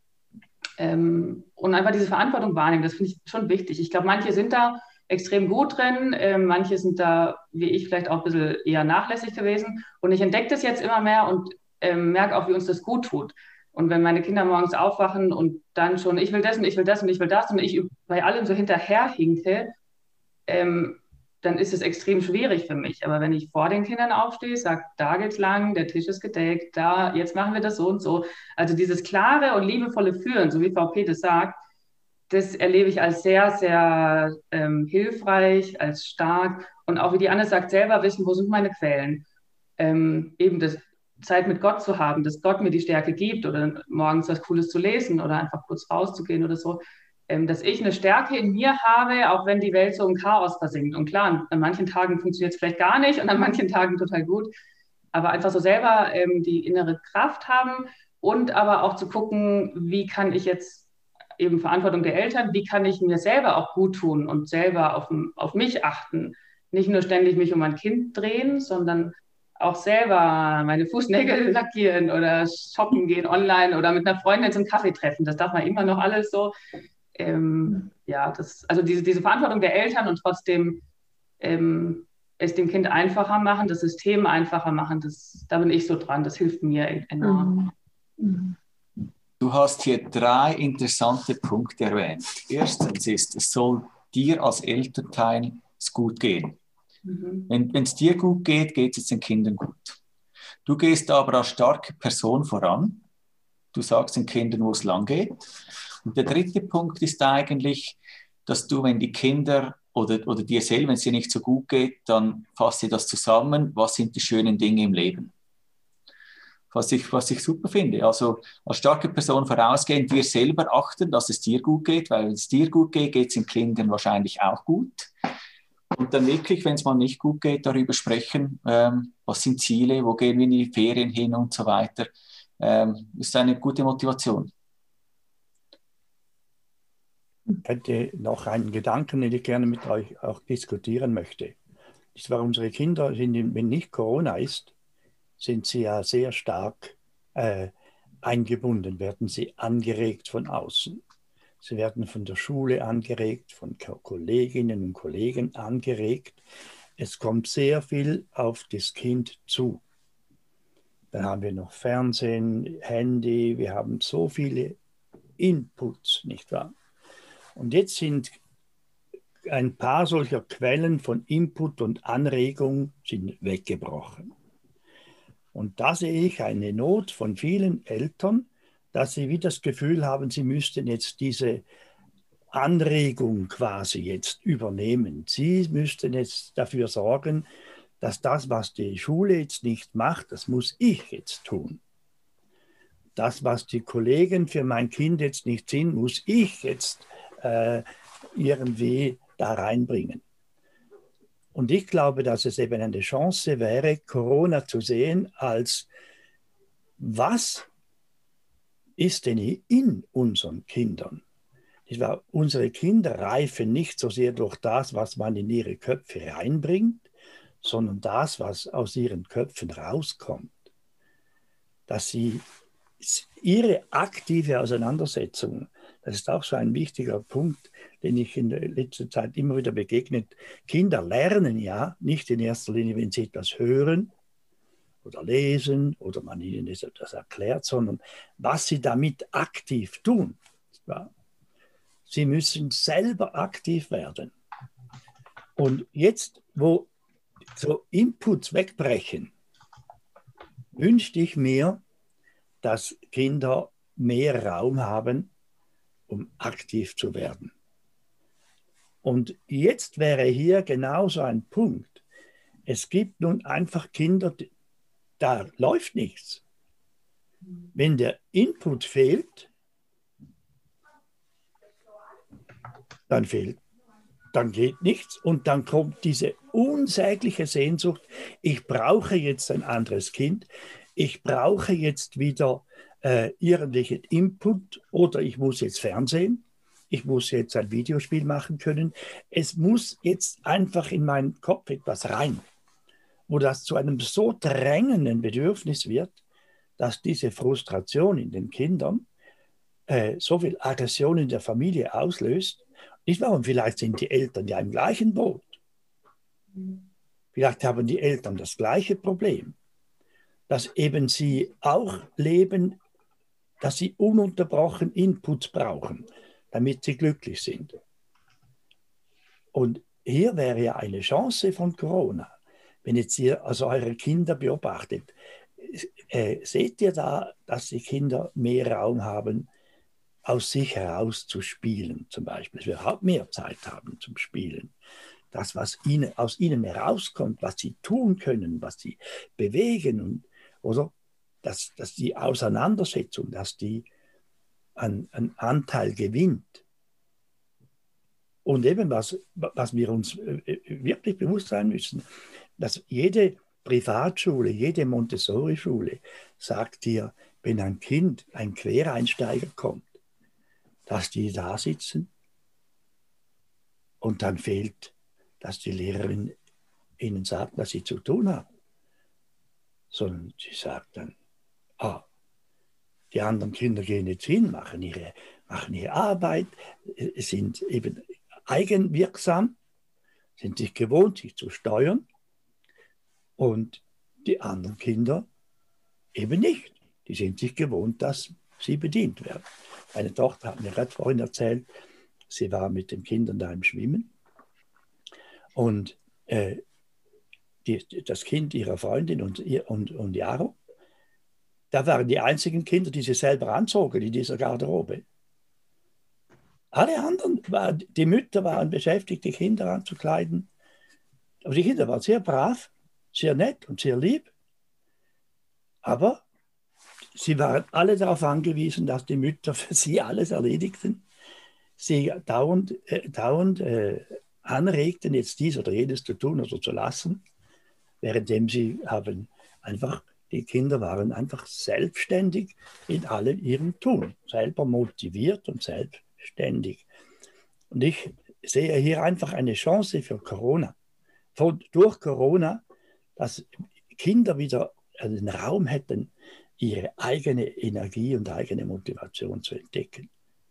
Ähm, und einfach diese Verantwortung wahrnehmen, das finde ich schon wichtig. Ich glaube, manche sind da extrem gut drin, ähm, manche sind da, wie ich, vielleicht auch ein bisschen eher nachlässig gewesen. Und ich entdecke das jetzt immer mehr und ähm, merke auch, wie uns das gut tut. Und wenn meine Kinder morgens aufwachen und dann schon, ich will das und ich will das und ich will das und ich bei allem so hinterherhinke, ähm, dann ist es extrem schwierig für mich. Aber wenn ich vor den Kindern aufstehe, sage, da geht's lang, der Tisch ist gedeckt, da, jetzt machen wir das so und so. Also dieses klare und liebevolle Führen, so wie Frau Peters sagt, das erlebe ich als sehr, sehr ähm, hilfreich, als stark. Und auch wie die Anne sagt, selber wissen, wo sind meine Quellen. Ähm, eben das Zeit mit Gott zu haben, dass Gott mir die Stärke gibt oder morgens was Cooles zu lesen oder einfach kurz rauszugehen oder so, ähm, dass ich eine Stärke in mir habe, auch wenn die Welt so im Chaos versinkt. Und klar, an manchen Tagen funktioniert es vielleicht gar nicht und an manchen Tagen total gut, aber einfach so selber ähm, die innere Kraft haben und aber auch zu gucken, wie kann ich jetzt eben Verantwortung der Eltern, wie kann ich mir selber auch gut tun und selber auf, auf mich achten, nicht nur ständig mich um mein Kind drehen, sondern auch selber meine Fußnägel lackieren oder shoppen gehen online oder mit einer Freundin zum Kaffee treffen. Das darf man immer noch alles so. Ähm, ja, das, also diese, diese Verantwortung der Eltern und trotzdem ähm, es dem Kind einfacher machen, das System einfacher machen, das, da bin ich so dran. Das hilft mir enorm. Mhm. Du hast hier drei interessante Punkte erwähnt. Erstens ist, es soll dir als Elternteil gut gehen. Mhm. Wenn es dir gut geht, geht es den Kindern gut. Du gehst aber als starke Person voran. Du sagst den Kindern, wo es lang geht. Und der dritte Punkt ist eigentlich, dass du, wenn die Kinder oder, oder dir selber, wenn es dir nicht so gut geht, dann fasst ihr das zusammen. Was sind die schönen Dinge im Leben? Was ich, was ich super finde. Also als starke Person vorausgehend, wir selber achten, dass es dir gut geht, weil wenn es dir gut geht, geht es den Kindern wahrscheinlich auch gut. Und dann wirklich, wenn es mal nicht gut geht, darüber sprechen, ähm, was sind Ziele, wo gehen wir in die Ferien hin und so weiter. Ähm, ist eine gute Motivation. Ich hätte noch einen Gedanken, den ich gerne mit euch auch diskutieren möchte. Das war, unsere Kinder, sind, wenn nicht Corona ist, sind sie ja sehr stark äh, eingebunden, werden sie angeregt von außen. Sie werden von der Schule angeregt, von Kolleginnen und Kollegen angeregt. Es kommt sehr viel auf das Kind zu. Dann haben wir noch Fernsehen, Handy, wir haben so viele Inputs, nicht wahr? Und jetzt sind ein paar solcher Quellen von Input und Anregung sind weggebrochen. Und da sehe ich eine Not von vielen Eltern, dass sie wie das Gefühl haben, sie müssten jetzt diese Anregung quasi jetzt übernehmen. Sie müssten jetzt dafür sorgen, dass das, was die Schule jetzt nicht macht, das muss ich jetzt tun. Das, was die Kollegen für mein Kind jetzt nicht sind, muss ich jetzt äh, irgendwie da reinbringen. Und ich glaube, dass es eben eine Chance wäre, Corona zu sehen als was ist denn in unseren Kindern? Unsere Kinder reifen nicht so sehr durch das, was man in ihre Köpfe reinbringt, sondern das, was aus ihren Köpfen rauskommt. Dass sie ihre aktive Auseinandersetzung, das ist auch so ein wichtiger Punkt, den ich in der letzten Zeit immer wieder begegnet. Kinder lernen ja nicht in erster Linie, wenn sie etwas hören oder lesen oder man ihnen das erklärt, sondern was sie damit aktiv tun. Sie müssen selber aktiv werden. Und jetzt, wo so Inputs wegbrechen, wünschte ich mir, dass Kinder mehr Raum haben, um aktiv zu werden. Und jetzt wäre hier genauso ein Punkt. Es gibt nun einfach Kinder, da läuft nichts. Wenn der Input fehlt, dann fehlt, dann geht nichts und dann kommt diese unsägliche Sehnsucht, ich brauche jetzt ein anderes Kind, ich brauche jetzt wieder äh, irgendwelchen Input oder ich muss jetzt Fernsehen, ich muss jetzt ein Videospiel machen können. Es muss jetzt einfach in meinen Kopf etwas rein, wo das zu einem so drängenden Bedürfnis wird, dass diese Frustration in den Kindern äh, so viel Aggression in der Familie auslöst. Nicht wahr? Und vielleicht sind die Eltern ja im gleichen Boot. Vielleicht haben die Eltern das gleiche Problem, dass eben sie auch leben, dass sie ununterbrochen Inputs brauchen, damit sie glücklich sind. Und hier wäre ja eine Chance von Corona, wenn jetzt ihr also eure Kinder beobachtet, äh, seht ihr da, dass die Kinder mehr Raum haben, aus sich heraus zu spielen, zum Beispiel, dass wir überhaupt mehr Zeit haben zum Spielen. Das, was ihnen, aus ihnen herauskommt, was sie tun können, was sie bewegen, und, oder dass, dass die Auseinandersetzung, dass die einen, einen Anteil gewinnt. Und eben, was, was wir uns wirklich bewusst sein müssen, dass jede Privatschule, jede Montessori-Schule sagt dir, wenn ein Kind, ein Quereinsteiger kommt, dass die da sitzen und dann fehlt, dass die Lehrerin ihnen sagt, was sie zu tun haben. Sondern sie sagt dann, ah, die anderen Kinder gehen jetzt hin, machen ihre, machen ihre Arbeit, sind eben eigenwirksam, sind sich gewohnt, sich zu steuern, und die anderen Kinder eben nicht. Die sind sich gewohnt, dass sie bedient werden. Meine Tochter hat mir gerade vorhin erzählt, sie war mit den Kindern da im Schwimmen und äh, die, das Kind ihrer Freundin und, und, und Jaro, da waren die einzigen Kinder, die sie selber anzogen in dieser Garderobe. Alle anderen, waren, die Mütter waren beschäftigt, die Kinder anzukleiden. Aber die Kinder waren sehr brav, sehr nett und sehr lieb. Aber sie waren alle darauf angewiesen, dass die Mütter für sie alles erledigten. Sie dauernd, äh, dauernd äh, anregten, jetzt dies oder jenes zu tun oder zu lassen, währenddem sie haben einfach, die Kinder waren einfach selbstständig in allem ihrem Tun, selber motiviert und selbstständig. Und ich sehe hier einfach eine Chance für Corona, von, durch Corona, dass Kinder wieder den Raum hätten, ihre eigene Energie und eigene Motivation zu entdecken.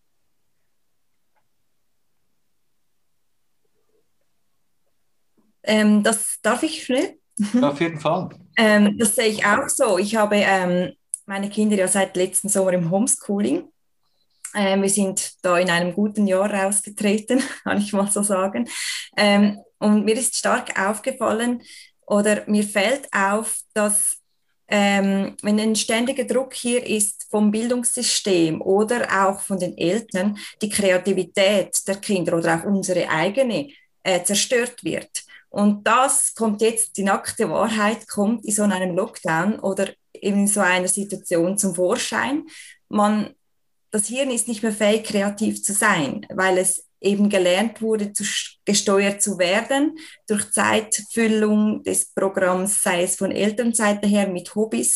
Ähm, das darf ich schnell? Ja, auf jeden Fall. ähm, das sehe ich auch so. Ich habe ähm, meine Kinder ja seit letzten Sommer im Homeschooling. Ähm, wir sind da in einem guten Jahr rausgetreten, kann ich mal so sagen. Ähm, und mir ist stark aufgefallen, oder mir fällt auf, dass ähm, wenn ein ständiger Druck hier ist vom Bildungssystem oder auch von den Eltern, die Kreativität der Kinder oder auch unsere eigene äh, zerstört wird. Und das kommt jetzt, die nackte Wahrheit kommt in so einem Lockdown oder in so einer Situation zum Vorschein. Man, das Hirn ist nicht mehr fähig, kreativ zu sein, weil es eben gelernt wurde, zu, gesteuert zu werden durch Zeitfüllung des Programms, sei es von Elternseite her mit Hobbys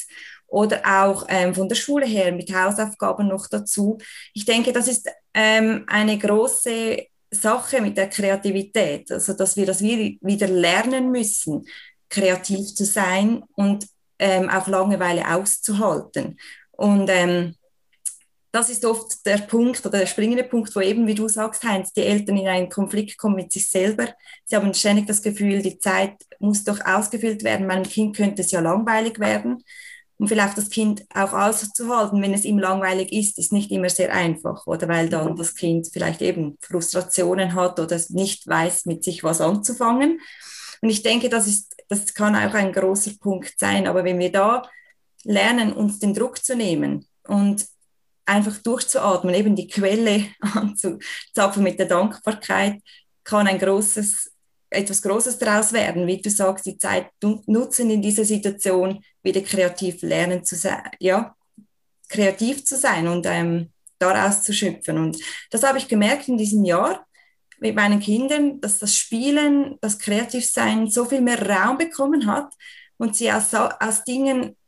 oder auch ähm, von der Schule her mit Hausaufgaben noch dazu. Ich denke, das ist ähm, eine große Sache mit der Kreativität, also dass wir das wieder lernen müssen, kreativ zu sein und ähm, auch Langeweile auszuhalten. Und ähm, das ist oft der Punkt oder der springende Punkt, wo eben, wie du sagst, Heinz, die Eltern in einen Konflikt kommen mit sich selber. Sie haben ständig das Gefühl, die Zeit muss doch ausgefüllt werden. Meinem Kind könnte es ja langweilig werden. Und vielleicht das Kind auch auszuhalten, wenn es ihm langweilig ist, ist nicht immer sehr einfach. Oder weil dann das Kind vielleicht eben Frustrationen hat oder nicht weiß, mit sich was anzufangen. Und ich denke, das ist, das kann auch ein großer Punkt sein. Aber wenn wir da lernen, uns den Druck zu nehmen und einfach durchzuatmen, eben die Quelle anzuzapfen mit der Dankbarkeit, kann ein großes, etwas Großes daraus werden. Wie du sagst, die Zeit nutzen in dieser Situation, wieder kreativ lernen zu sein, ja, kreativ zu sein und ähm, daraus zu schöpfen. Und das habe ich gemerkt in diesem Jahr mit meinen Kindern, dass das Spielen, das Kreativsein so viel mehr Raum bekommen hat und sie aus, aus Dingen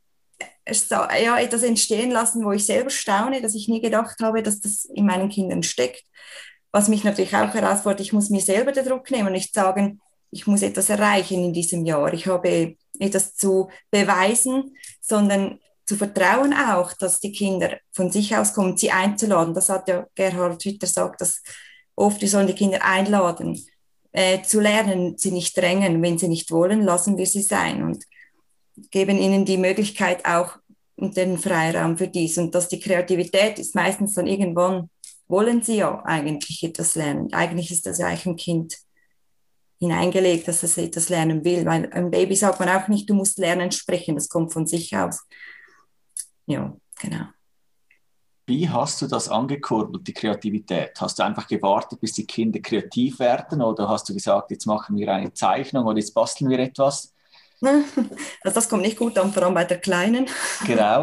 ja, etwas entstehen lassen, wo ich selber staune, dass ich nie gedacht habe, dass das in meinen Kindern steckt. Was mich natürlich auch herausfordert, ich muss mir selber den Druck nehmen und nicht sagen, ich muss etwas erreichen in diesem Jahr. Ich habe etwas zu beweisen, sondern zu vertrauen auch, dass die Kinder von sich aus kommen, sie einzuladen. Das hat ja Gerhard Hüther gesagt, dass oft wir sollen die Kinder einladen, äh, zu lernen, sie nicht drängen. Wenn sie nicht wollen, lassen wir sie sein und geben ihnen die Möglichkeit auch und den Freiraum für dies. Und dass die Kreativität ist meistens dann irgendwann, wollen sie ja eigentlich etwas lernen. Eigentlich ist das ja eigentlich ein Kind hineingelegt, dass es etwas lernen will, weil ein Baby sagt man auch nicht, du musst lernen sprechen, das kommt von sich aus. Ja, genau. Wie hast du das angekurbelt, die Kreativität? Hast du einfach gewartet, bis die Kinder kreativ werden oder hast du gesagt, jetzt machen wir eine Zeichnung oder jetzt basteln wir etwas? Also das kommt nicht gut an, vor allem bei der Kleinen. Genau.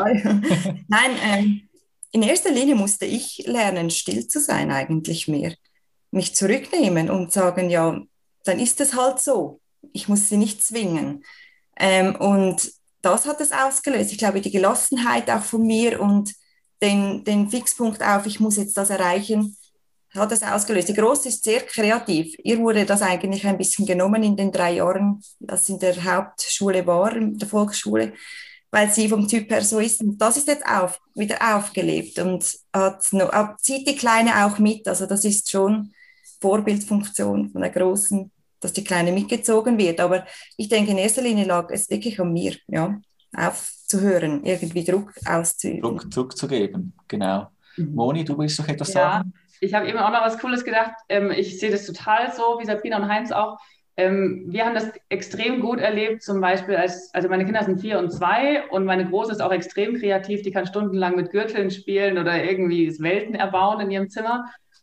Nein, ähm, in erster Linie musste ich lernen, still zu sein eigentlich mehr. Mich zurücknehmen und sagen, ja, dann ist es halt so. Ich muss sie nicht zwingen. Ähm, und das hat es ausgelöst. Ich glaube, die Gelassenheit auch von mir und den, den Fixpunkt auf, ich muss jetzt das erreichen, hat das ausgelöst. Die Große ist sehr kreativ. Ihr wurde das eigentlich ein bisschen genommen in den drei Jahren, das in der Hauptschule war, in der Volksschule, weil sie vom Typ her so ist. Und das ist jetzt auf, wieder aufgelebt und hat noch, zieht die Kleine auch mit. Also das ist schon Vorbildfunktion von der Großen, dass die Kleine mitgezogen wird. Aber ich denke, in erster Linie lag es wirklich an mir, ja, aufzuhören, irgendwie Druck auszuüben. Druck, Druck zu geben, genau. Mhm. Moni, du willst doch etwas ja. sagen? Ich habe eben auch noch was Cooles gedacht. Ähm, ich sehe das total so, wie Sabrina und Heinz auch. Ähm, wir haben das extrem gut erlebt, zum Beispiel, als, also meine Kinder sind vier und zwei und meine Große ist auch extrem kreativ, die kann stundenlang mit Gürteln spielen oder irgendwie Welten erbauen in ihrem Zimmer.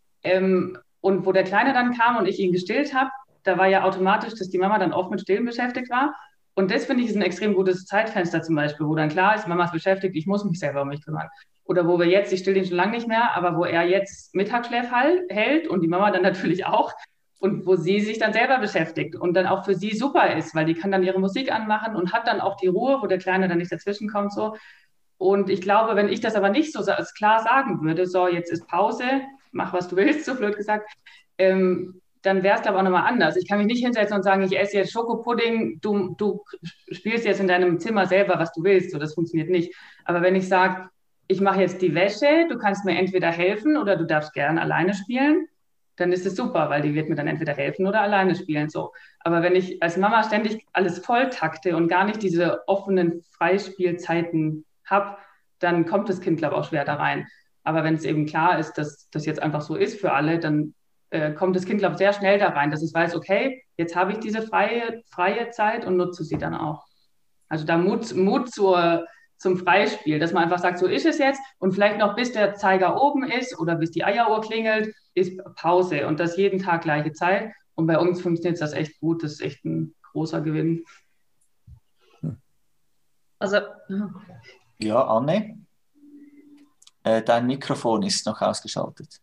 Ähm, und wo der Kleine dann kam und ich ihn gestillt habe, da war ja automatisch, dass die Mama dann oft mit Stillen beschäftigt war. Und das finde ich ist ein extrem gutes Zeitfenster zum Beispiel, wo dann klar ist, Mama ist beschäftigt, ich muss mich selber um mich kümmern. Oder wo wir jetzt, ich still den schon lange nicht mehr, aber wo er jetzt Mittagsschläf hält und die Mama dann natürlich auch und wo sie sich dann selber beschäftigt und dann auch für sie super ist, weil die kann dann ihre Musik anmachen und hat dann auch die Ruhe, wo der Kleine dann nicht dazwischen kommt. So. Und ich glaube, wenn ich das aber nicht so als klar sagen würde, so jetzt ist Pause, mach was du willst, so blöd gesagt, ähm, dann wäre es aber auch nochmal anders. Ich kann mich nicht hinsetzen und sagen, ich esse jetzt Schokopudding, du, du spielst jetzt in deinem Zimmer selber, was du willst. So, das funktioniert nicht. Aber wenn ich sage, ich mache jetzt die Wäsche, du kannst mir entweder helfen oder du darfst gern alleine spielen, dann ist es super, weil die wird mir dann entweder helfen oder alleine spielen. So. Aber wenn ich als Mama ständig alles volltakte und gar nicht diese offenen Freispielzeiten habe, dann kommt das Kind, glaube ich, auch schwer da rein. Aber wenn es eben klar ist, dass das jetzt einfach so ist für alle, dann äh, kommt das Kind, glaube ich, sehr schnell da rein, dass es weiß, okay, jetzt habe ich diese freie, freie Zeit und nutze sie dann auch. Also da Mut, Mut zur, zum Freispiel, dass man einfach sagt, so ist es jetzt und vielleicht noch bis der Zeiger oben ist oder bis die Eieruhr klingelt, ist Pause und das jeden Tag gleiche Zeit. Und bei uns funktioniert das echt gut, das ist echt ein großer Gewinn. Also, ja, Anne, äh, dein Mikrofon ist noch ausgeschaltet.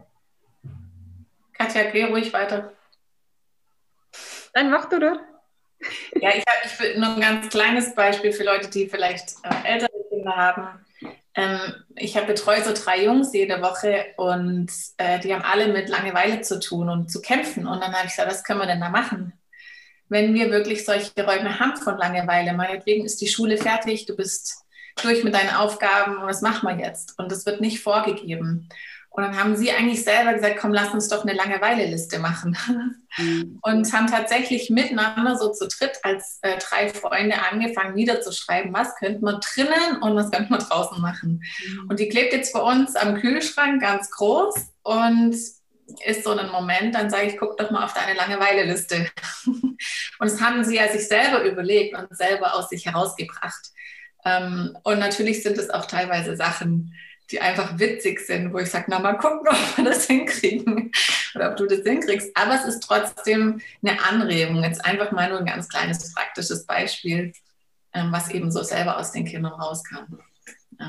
Katja, geh ruhig weiter. Dann mach du doch. Ja, ich habe ich will nur ein ganz kleines Beispiel für Leute, die vielleicht äh, ältere Kinder haben. Ähm, ich habe betreue so drei Jungs jede Woche und äh, die haben alle mit Langeweile zu tun und zu kämpfen. Und dann habe ich gesagt, was können wir denn da machen? Wenn wir wirklich solche Räume haben von Langeweile, meinetwegen ist die Schule fertig, du bist durch mit deinen Aufgaben und was machen wir jetzt? Und das wird nicht vorgegeben. Und dann haben sie eigentlich selber gesagt, komm, lass uns doch eine Langeweile-Liste machen. Mhm. Und haben tatsächlich miteinander so zu dritt als äh, drei Freunde angefangen, niederzuschreiben, was könnte man drinnen und was könnte man draußen machen. Mhm. Und die klebt jetzt bei uns am Kühlschrank ganz groß und ist so ein Moment, dann sage ich, guck doch mal auf deine Langeweile-Liste. Und das haben sie ja sich selber überlegt und selber aus sich herausgebracht. Ähm, und natürlich sind es auch teilweise Sachen, die einfach witzig sind, wo ich sage, na mal gucken, ob wir das hinkriegen oder ob du das hinkriegst. Aber es ist trotzdem eine Anregung. Jetzt einfach mal nur ein ganz kleines praktisches Beispiel, ähm, was eben so selber aus den Kindern rauskam. Ja.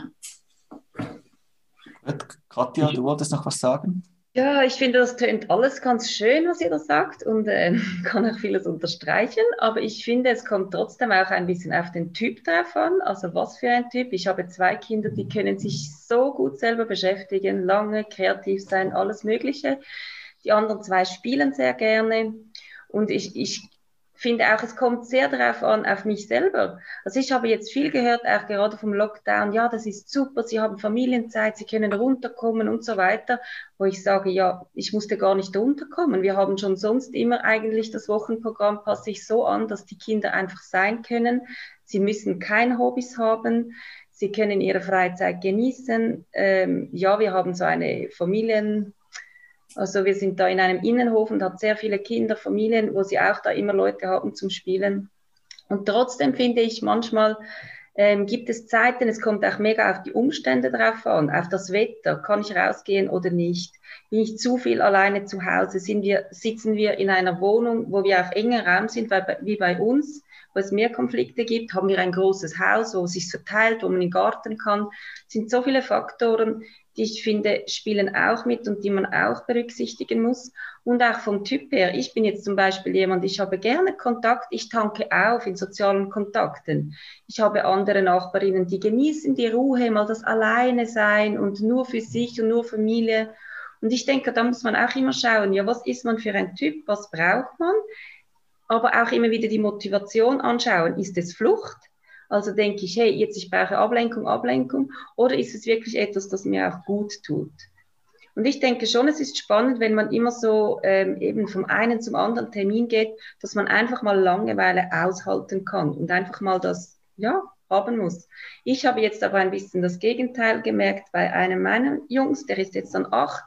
Katja, du wolltest noch was sagen? Ja, ich finde, das tönt alles ganz schön, was ihr da sagt und äh, kann auch vieles unterstreichen, aber ich finde, es kommt trotzdem auch ein bisschen auf den Typ drauf an, also was für ein Typ. Ich habe zwei Kinder, die können sich so gut selber beschäftigen, lange kreativ sein, alles Mögliche. Die anderen zwei spielen sehr gerne und ich, ich finde auch, es kommt sehr darauf an, auf mich selber. Also ich habe jetzt viel gehört, auch gerade vom Lockdown, ja, das ist super, Sie haben Familienzeit, Sie können runterkommen und so weiter, wo ich sage, ja, ich musste gar nicht runterkommen. Wir haben schon sonst immer eigentlich das Wochenprogramm, passt sich so an, dass die Kinder einfach sein können. Sie müssen keine Hobbys haben, sie können ihre Freizeit genießen. Ähm, ja, wir haben so eine Familien... Also wir sind da in einem Innenhof und hat sehr viele Kinder, Familien, wo sie auch da immer Leute haben zum Spielen. Und trotzdem finde ich, manchmal ähm, gibt es Zeiten, es kommt auch mega auf die Umstände drauf an, auf das Wetter, kann ich rausgehen oder nicht? Bin ich zu viel alleine zu Hause? Sind wir, sitzen wir in einer Wohnung, wo wir auf engem Raum sind, weil, wie bei uns, wo es mehr Konflikte gibt? Haben wir ein großes Haus, wo es sich verteilt, wo man in den Garten kann? Es sind so viele Faktoren, die ich finde, spielen auch mit und die man auch berücksichtigen muss. Und auch vom Typ her. Ich bin jetzt zum Beispiel jemand, ich habe gerne Kontakt, ich tanke auf in sozialen Kontakten. Ich habe andere Nachbarinnen, die genießen die Ruhe, mal das Alleine sein und nur für sich und nur Familie. Und ich denke, da muss man auch immer schauen, ja, was ist man für ein Typ, was braucht man? Aber auch immer wieder die Motivation anschauen. Ist es Flucht? Also denke ich, hey, jetzt ich brauche Ablenkung, Ablenkung, oder ist es wirklich etwas, das mir auch gut tut? Und ich denke schon, es ist spannend, wenn man immer so ähm, eben vom einen zum anderen Termin geht, dass man einfach mal Langeweile aushalten kann und einfach mal das, ja, haben muss. Ich habe jetzt aber ein bisschen das Gegenteil gemerkt bei einem meiner Jungs, der ist jetzt dann acht.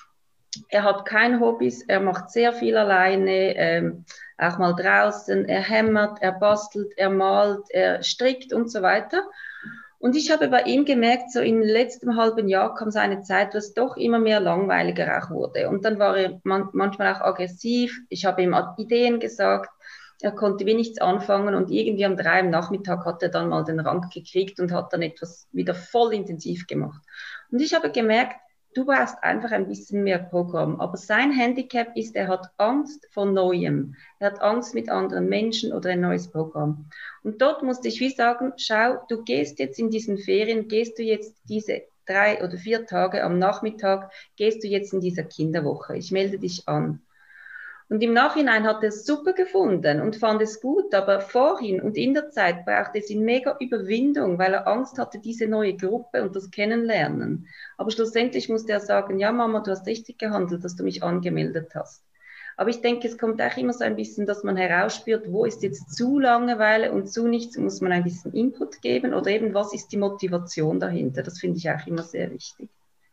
Er hat keine Hobbys, er macht sehr viel alleine, ähm, auch mal draußen, er hämmert, er bastelt, er malt, er strickt und so weiter. Und ich habe bei ihm gemerkt, so im letzten halben Jahr kam so eine Zeit, wo es doch immer mehr langweiliger auch wurde. Und dann war er man, manchmal auch aggressiv, ich habe ihm Ideen gesagt, er konnte wie nichts anfangen und irgendwie um drei am Nachmittag hat er dann mal den Rang gekriegt und hat dann etwas wieder voll intensiv gemacht. Und ich habe gemerkt, du brauchst einfach ein bisschen mehr Programm. Aber sein Handicap ist, er hat Angst vor Neuem. Er hat Angst mit anderen Menschen oder ein neues Programm. Und dort musste ich wie sagen, schau, du gehst jetzt in diesen Ferien, gehst du jetzt diese drei oder vier Tage am Nachmittag, gehst du jetzt in dieser Kinderwoche. Ich melde dich an. Und im Nachhinein hat er es super gefunden und fand es gut, aber vorhin und in der Zeit brauchte es ihn mega Überwindung, weil er Angst hatte, diese neue Gruppe und das Kennenlernen. Aber schlussendlich musste er sagen, ja Mama, du hast richtig gehandelt, dass du mich angemeldet hast. Aber ich denke, es kommt auch immer so ein bisschen, dass man herausspürt, wo ist jetzt zu Langeweile und zu nichts, muss man ein bisschen Input geben oder eben, was ist die Motivation dahinter. Das finde ich auch immer sehr wichtig.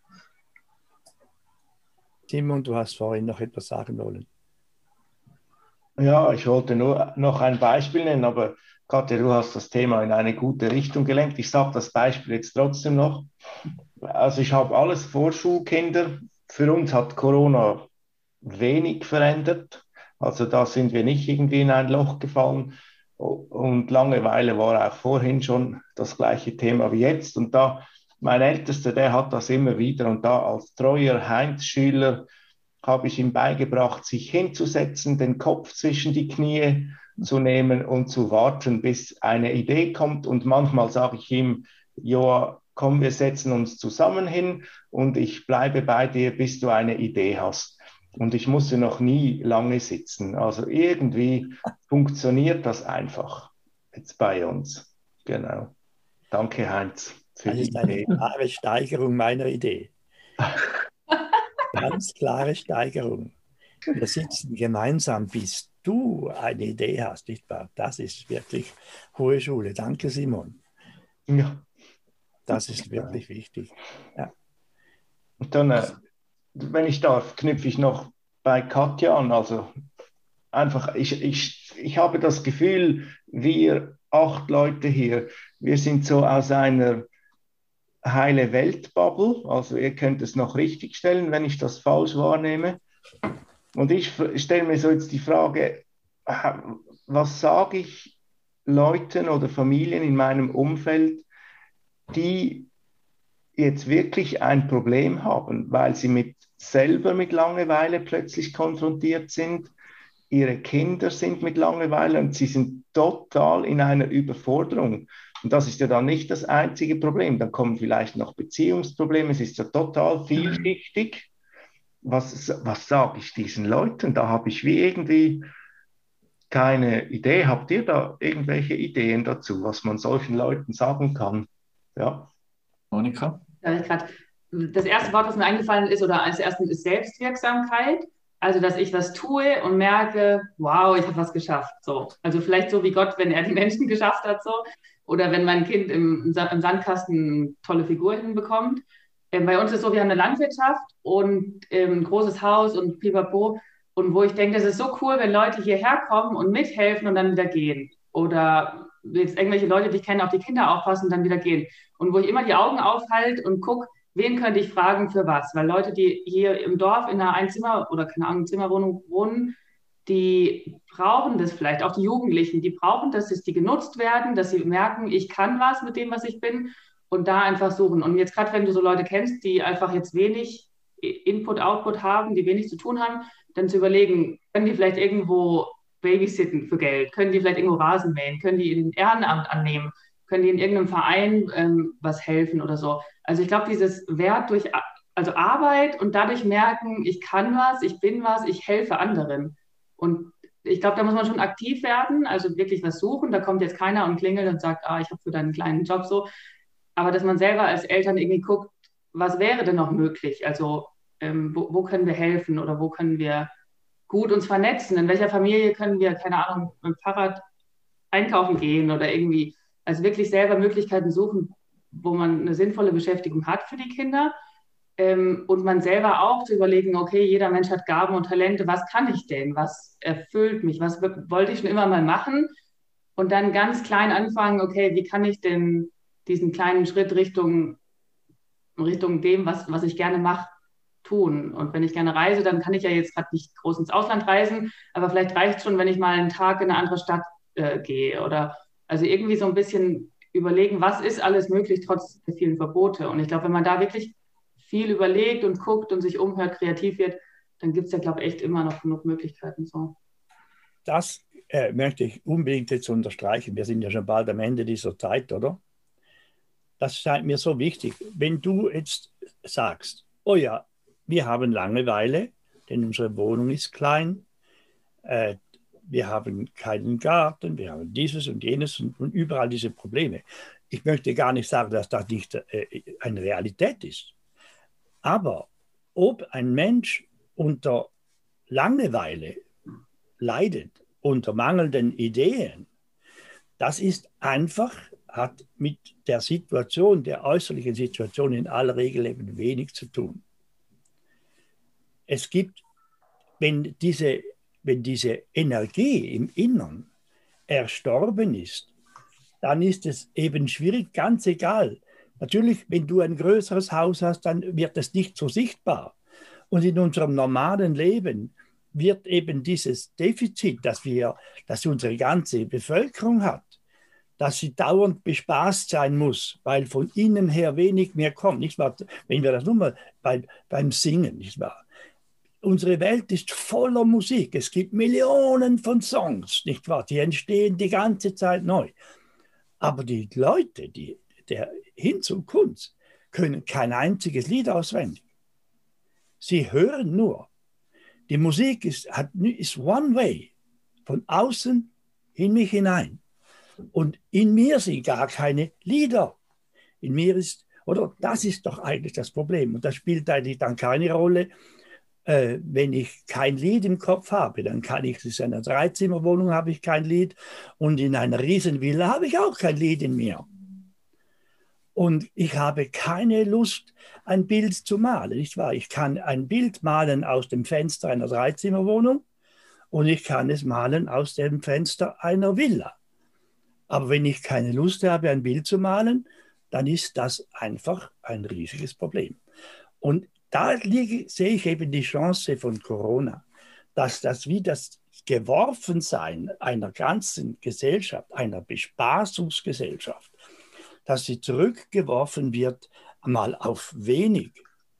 Simon, du hast vorhin noch etwas sagen wollen. Ja, ich wollte nur noch ein Beispiel nennen, aber Katja, du hast das Thema in eine gute Richtung gelenkt. Ich sage das Beispiel jetzt trotzdem noch. Also ich habe alles Vorschulkinder. Für uns hat Corona wenig verändert. Also da sind wir nicht irgendwie in ein Loch gefallen. Und Langeweile war auch vorhin schon das gleiche Thema wie jetzt. Und da, mein Ältester, der hat das immer wieder. Und da als treuer Heinz-Schüler habe ich ihm beigebracht, sich hinzusetzen, den Kopf zwischen die Knie zu nehmen und zu warten, bis eine Idee kommt. Und manchmal sage ich ihm, Joa, komm, wir setzen uns zusammen hin und ich bleibe bei dir, bis du eine Idee hast. Und ich musste noch nie lange sitzen. Also irgendwie funktioniert das einfach jetzt bei uns. Genau. Danke, Heinz, für Das die ist eine Idee. klare Steigerung meiner Idee. Ganz klare Steigerung. Wir sitzen gemeinsam, bis du eine Idee hast, nicht wahr? Das ist wirklich hohe Schule. Danke, Simon. Ja. Das ist wirklich wichtig. Ja. Und dann, äh, wenn ich darf, knüpfe ich noch bei Katja an. Also einfach, ich, ich, ich habe das Gefühl, wir acht Leute hier, wir sind so aus einer heile Welt-Bubble. Also ihr könnt es noch richtig stellen, wenn ich das falsch wahrnehme. Und ich stelle mir so jetzt die Frage, was sage ich Leuten oder Familien in meinem Umfeld, die jetzt wirklich ein Problem haben, weil sie mit, selber mit Langeweile plötzlich konfrontiert sind, ihre Kinder sind mit Langeweile und sie sind total in einer Überforderung. Und das ist ja dann nicht das einzige Problem. Dann kommen vielleicht noch Beziehungsprobleme, es ist ja total vielschichtig. Was, was sage ich diesen Leuten? Da habe ich wie irgendwie keine Idee. Habt ihr da irgendwelche Ideen dazu, was man solchen Leuten sagen kann? Ja. Monika? Ja, ich grad, das erste Wort, was mir eingefallen ist, oder als erstes ist Selbstwirksamkeit. Also, dass ich was tue und merke, wow, ich habe was geschafft. So. Also vielleicht so wie Gott, wenn er die Menschen geschafft hat. So. Oder wenn mein Kind im, im Sandkasten eine tolle Figur hinbekommt. Ähm, bei uns ist es so, wir haben eine Landwirtschaft und ähm, ein großes Haus und pipapo. Und wo ich denke, das ist so cool, wenn Leute hierher kommen und mithelfen und dann wieder gehen. Oder jetzt irgendwelche Leute, die ich kenne, auf die Kinder aufpassen und dann wieder gehen. Und wo ich immer die Augen aufhalte und gucke, wen könnte ich fragen für was? Weil Leute, die hier im Dorf in einer Einzimmer- oder keine Ahnung, Zimmerwohnung wohnen, die brauchen das vielleicht, auch die Jugendlichen, die brauchen das, dass die genutzt werden, dass sie merken, ich kann was mit dem, was ich bin und da einfach suchen. Und jetzt gerade, wenn du so Leute kennst, die einfach jetzt wenig Input, Output haben, die wenig zu tun haben, dann zu überlegen, können die vielleicht irgendwo babysitten für Geld, können die vielleicht irgendwo Rasen mähen, können die ein Ehrenamt annehmen, können die in irgendeinem Verein ähm, was helfen oder so. Also ich glaube, dieses Wert durch also Arbeit und dadurch merken, ich kann was, ich bin was, ich helfe anderen. Und ich glaube, da muss man schon aktiv werden, also wirklich was suchen. Da kommt jetzt keiner und klingelt und sagt, ah, ich habe für deinen kleinen Job so. Aber dass man selber als Eltern irgendwie guckt, was wäre denn noch möglich? Also ähm, wo, wo können wir helfen oder wo können wir gut uns vernetzen? In welcher Familie können wir, keine Ahnung, mit dem Fahrrad einkaufen gehen oder irgendwie, also wirklich selber Möglichkeiten suchen, wo man eine sinnvolle Beschäftigung hat für die Kinder. Ähm, und man selber auch zu überlegen, okay, jeder Mensch hat Gaben und Talente, was kann ich denn? Was erfüllt mich? Was wollte ich schon immer mal machen? Und dann ganz klein anfangen, okay, wie kann ich denn diesen kleinen Schritt Richtung, Richtung dem, was, was ich gerne mache, tun? Und wenn ich gerne reise, dann kann ich ja jetzt gerade nicht groß ins Ausland reisen, aber vielleicht reicht es schon, wenn ich mal einen Tag in eine andere Stadt äh, gehe oder also irgendwie so ein bisschen überlegen, was ist alles möglich trotz der vielen Verbote. Und ich glaube, wenn man da wirklich viel überlegt und guckt und sich umhört, kreativ wird, dann gibt es ja, glaube ich, echt immer noch genug Möglichkeiten. So. Das äh, möchte ich unbedingt jetzt unterstreichen. Wir sind ja schon bald am Ende dieser Zeit, oder? Das scheint mir so wichtig. Wenn du jetzt sagst, oh ja, wir haben Langeweile, denn unsere Wohnung ist klein, äh, wir haben keinen Garten, wir haben dieses und jenes und, und überall diese Probleme. Ich möchte gar nicht sagen, dass das nicht äh, eine Realität ist. Aber ob ein Mensch unter Langeweile leidet, unter mangelnden Ideen, das ist einfach, hat mit der Situation, der äußerlichen Situation in aller Regel eben wenig zu tun. Es gibt, wenn diese, wenn diese Energie im Innern erstorben ist, dann ist es eben schwierig, ganz egal. Natürlich, wenn du ein größeres Haus hast, dann wird es nicht so sichtbar. Und in unserem normalen Leben wird eben dieses Defizit, das wir, das unsere ganze Bevölkerung hat, dass sie dauernd bespaßt sein muss, weil von innen her wenig mehr kommt. Nicht wahr? Wenn wir das nur mal bei, beim Singen, nicht wahr? unsere Welt ist voller Musik. Es gibt Millionen von Songs, nicht wahr? Die entstehen die ganze Zeit neu. Aber die Leute, die der Hinzukunft, können kein einziges Lied auswendig. Sie hören nur. Die Musik ist, hat, ist one way, von außen in mich hinein. Und in mir sind gar keine Lieder. In mir ist, oder das ist doch eigentlich das Problem. Und das spielt eigentlich dann keine Rolle, äh, wenn ich kein Lied im Kopf habe. Dann kann ich, in einer Dreizimmerwohnung habe ich kein Lied und in einer Riesenvilla habe ich auch kein Lied in mir. Und ich habe keine Lust, ein Bild zu malen, nicht wahr? Ich kann ein Bild malen aus dem Fenster einer Dreizimmerwohnung und ich kann es malen aus dem Fenster einer Villa. Aber wenn ich keine Lust habe, ein Bild zu malen, dann ist das einfach ein riesiges Problem. Und da liege, sehe ich eben die Chance von Corona, dass das wie das Geworfensein einer ganzen Gesellschaft, einer Bespaßungsgesellschaft, dass sie zurückgeworfen wird, mal auf wenig,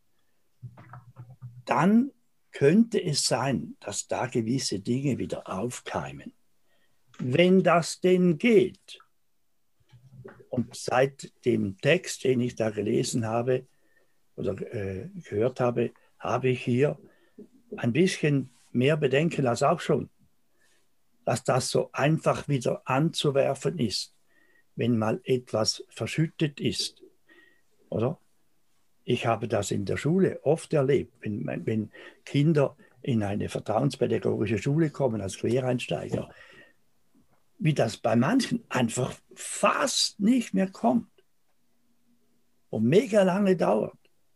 dann könnte es sein, dass da gewisse Dinge wieder aufkeimen. Wenn das denn geht. Und seit dem Text, den ich da gelesen habe oder äh, gehört habe, habe ich hier ein bisschen mehr Bedenken als auch schon, dass das so einfach wieder anzuwerfen ist, wenn mal etwas verschüttet ist, oder? Ich habe das in der Schule oft erlebt, wenn, wenn Kinder in eine vertrauenspädagogische Schule kommen als Quereinsteiger, wie das bei manchen einfach fast nicht mehr kommt und mega lange dauert.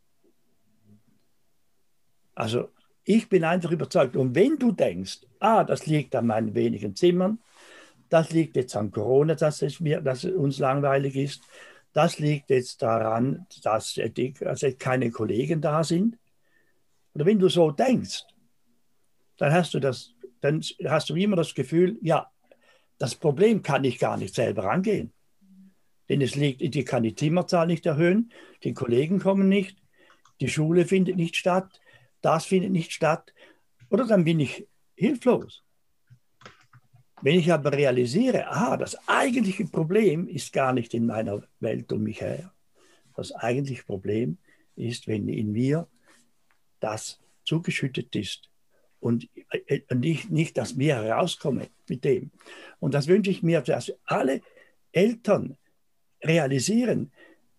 Also ich bin einfach überzeugt, und wenn du denkst, ah, das liegt an meinen wenigen Zimmern, das liegt jetzt an Corona, dass es, mir, dass es uns langweilig ist. Das liegt jetzt daran, dass die, also keine Kollegen da sind. Oder wenn du so denkst, dann hast du, das, dann hast du immer das Gefühl, ja, das Problem kann ich gar nicht selber angehen. Denn es liegt, ich kann die Zimmerzahl nicht erhöhen, die Kollegen kommen nicht, die Schule findet nicht statt, das findet nicht statt. Oder dann bin ich hilflos. Wenn ich aber realisiere, aha, das eigentliche Problem ist gar nicht in meiner Welt um mich her. Das eigentliche Problem ist, wenn in mir das zugeschüttet ist und nicht, nicht dass mir herauskomme mit dem. Und das wünsche ich mir, dass alle Eltern realisieren,